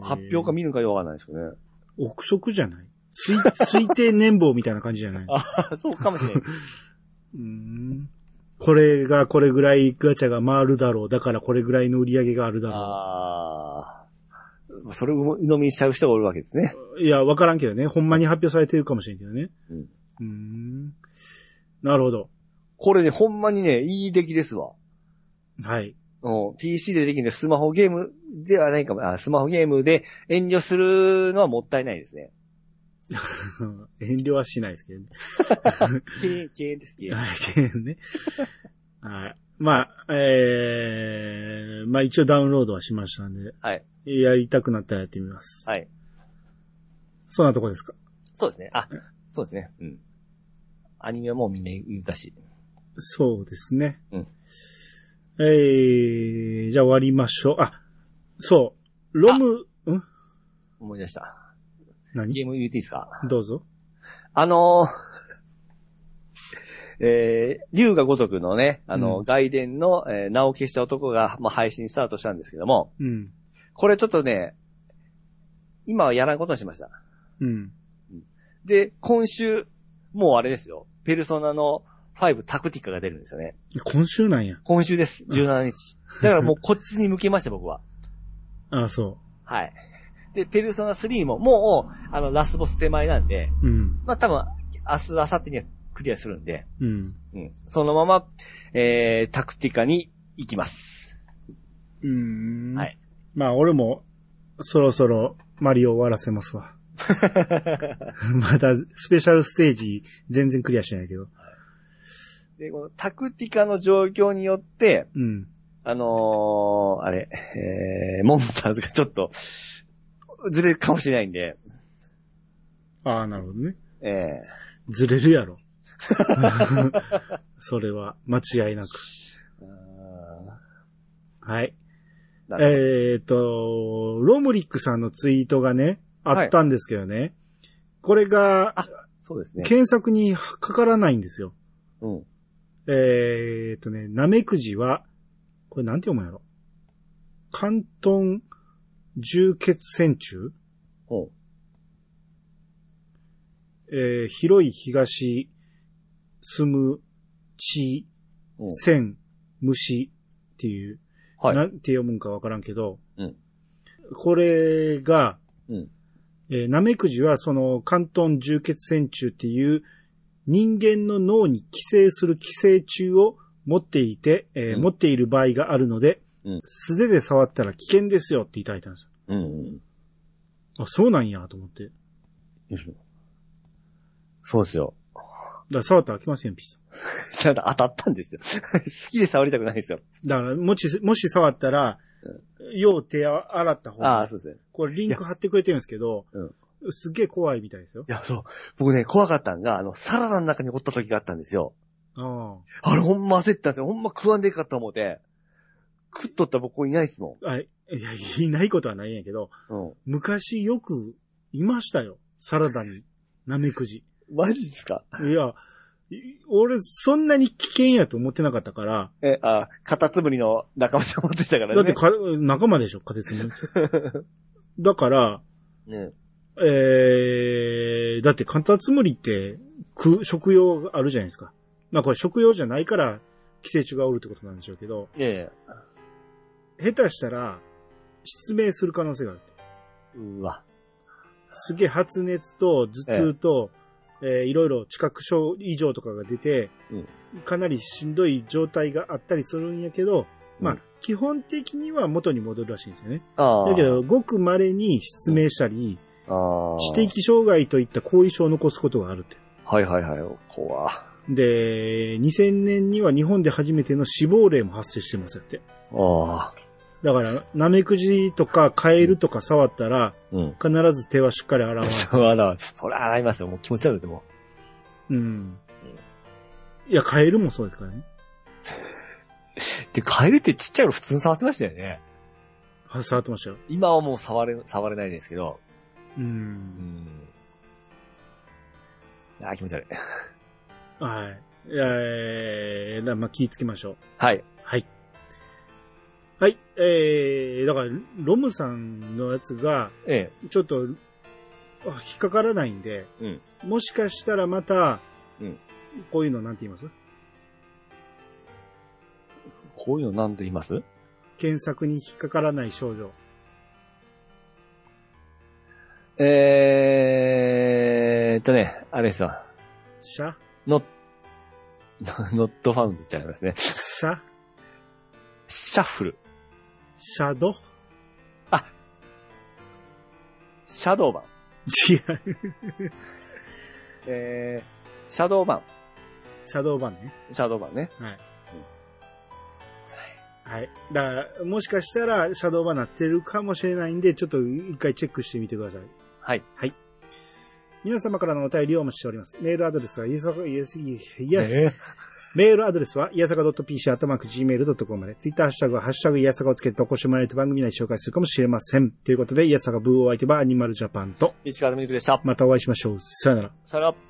発表か見るかよくわかんないですけどね。 憶測じゃない？推、推定年俸みたいな感じじゃない？ あ、そうかもしれない。 うーん。これがこれぐらいガチャが回るだろう。だからこれぐらいの売り上げがあるだろう。 ああ。それを鵜呑みにしちゃう人がおるわけですね。 いや、わからんけどね。ほんまに発表されてるかもしれんけどね。うん。うーん。なるほど。 これね、ほんまにね、いい出来ですわ。 はい。 うん。ピーシー でできるんで、スマホゲームではないかも。あ、スマホゲームで遠慮するのはもったいないですね。 遠慮はしないですけどね。 経営、経営ですけど。 はい、経営ね。はい。まあ、えー、まあ一応ダウンロードはしましたんで。 はい。 やりたくなったらやってみます。 はい。 そんなとこですか？ そうですね。あ、そうですね。うん。アニメはもうみんな言ったし。 そうですね。うん。えー、じゃあ終わりましょう。あ、そう。ロム、ん？ 思い出した。 何？ ゲーム言っていいですか？ どうぞ。 あのー、えー、龍が如くのね、あの、うん、外伝の、えー、名を消した男が、まあ、配信スタートしたんですけども、うん。これちょっとね、今はやらんことにしました。うん。で、今週、もうあれですよ。ペルソナのファイブタクティカが出るんですよね。 今週なんや。 今週です。じゅうしちにち。だからもうこっちに向けました、僕は。 ああ、そう。 はい。で、ペルソナスリーももう、あの、ラスボス手前なんで、うん。まあ、多分、明日、明後日にはクリアするんで、うん。うん。そのまま、えー、タクティカに行きます。 うーん。はい。まあ、俺も、そろそろ、マリオ終わらせますわ。まだ、スペシャルステージ、全然クリアしてないけど。 で、このタクティカの状況によって、うん。あのー、あれ、えー、モンスターズがちょっと、ずれるかもしれないんで。 ああ、なるほどね。 ええー。ずれるやろ。それは、間違いなく。はい。えっと、ロムリックさんのツイートがね、あったんですけどね。はい、これが、 あ、そうですね。 検索にかからないんですよ。うん。えっとね、ナメクジは、これなんて読むんやろ。関東重血線虫、えー、広い東、住む、地、線、虫っていう、はい、なんて読むんかわからんけど、うん、これが、うん、 えー、ナメクジはその関東重血線虫っていう人間の脳に寄生する寄生虫を持っていて、えーうん、持っている場合があるので、うん、素手で触ったら危険ですよって言いたいたんですよ。うんうん、あ、そうなんやと思って。 そうですよ。 だから触ったら開きません、ピストン。当たったんですよ。好きで触りたくないですよ。 だから、もし、もし触ったら、うん、よう手洗った方が。 ああ、そうですね。 これリンク貼ってくれてるんですけど、うん、すっげえ怖いみたいですよ。 いや、そう。僕ね、怖かったんが、あの、サラダの中におった時があったんですよ。ああ。あれほんま焦ったんですよ。ほんま食わんでいいかった思って。食っとった僕いないっすもん。 あ、いや、いないことはないんやけど、うん、昔よくいましたよ。サラダに。ナメクジ。 マジですか？ いや、俺そんなに危険やと思ってなかったから。 え、あ、カタツムリの仲間と思ってたからね。 だってか、仲間でしょ、カタツムリ。だから、ね、えー、だってカタツムリって食、食用あるじゃないですか。まあこれ食用じゃないから寄生虫がおるってことなんでしょうけど。いやいや。下手したら、失明する可能性があるって。うわ。すげえ発熱と頭痛と、えええー、いろいろ知覚症異常とかが出て、うん、かなりしんどい状態があったりするんやけど、うん、まあ、基本的には元に戻るらしいんですよね。だけど、ごく稀に失明したり、うん、知的障害といった後遺症を残すことがあるって。 はいはいはい。怖で、にせんねんには日本で初めての死亡例も発生してますよって。ああ。だから、ナメクジとかカエルとか触ったら、うん、必ず手はしっかり洗わない。 そう、洗う。それ洗いますよ。もう気持ち悪いでも。うん。 いや、カエルもそうですからね。 で、カエルってちっちゃい頃普通に触ってましたよね。 はい、触ってましたよ。 今はもう触れ、触れないですけど。うん。うん。あ、気持ち悪い。 はい。えー、だまあ、気ぃつけましょう。 はい。 はい。はい。えー、だから、ロムさんのやつが、ええ、ちょっと、引っかからないんで、うん、もしかしたらまた、うん、こういうのなんて言います？ こういうのなんて言います？ 検索に引っかからない症状。 えーっとね、あれですわ。 シャ？ ノッ、ノットファウンドちゃいますね。 シャ？ シャッフル。 シャド？ あ、シャドーバン。 違う。 えー、シャドーバン。 シャドーバンね。 シャドーバンね。はい。 うん、はい。だから、もしかしたら、シャドーバンなってるかもしれないんで、ちょっと一回チェックしてみてください。 はい。 はい。皆様からのお便りをお待ちしております。メールアドレスは、いやさか、いやすぎ、いや、えーメールアドレスは、いやさか .pc、アットマーク、ジーメール ドットコム まで。ツイッターハッシュタグは、ハッシュタグいやさかをつけて投稿してもらえると番組内で紹介するかもしれません。ということで、いやさかブーお相手はアニマルジャパンと、 石川とみくでした。 またお会いしましょう。さよなら。 さよなら。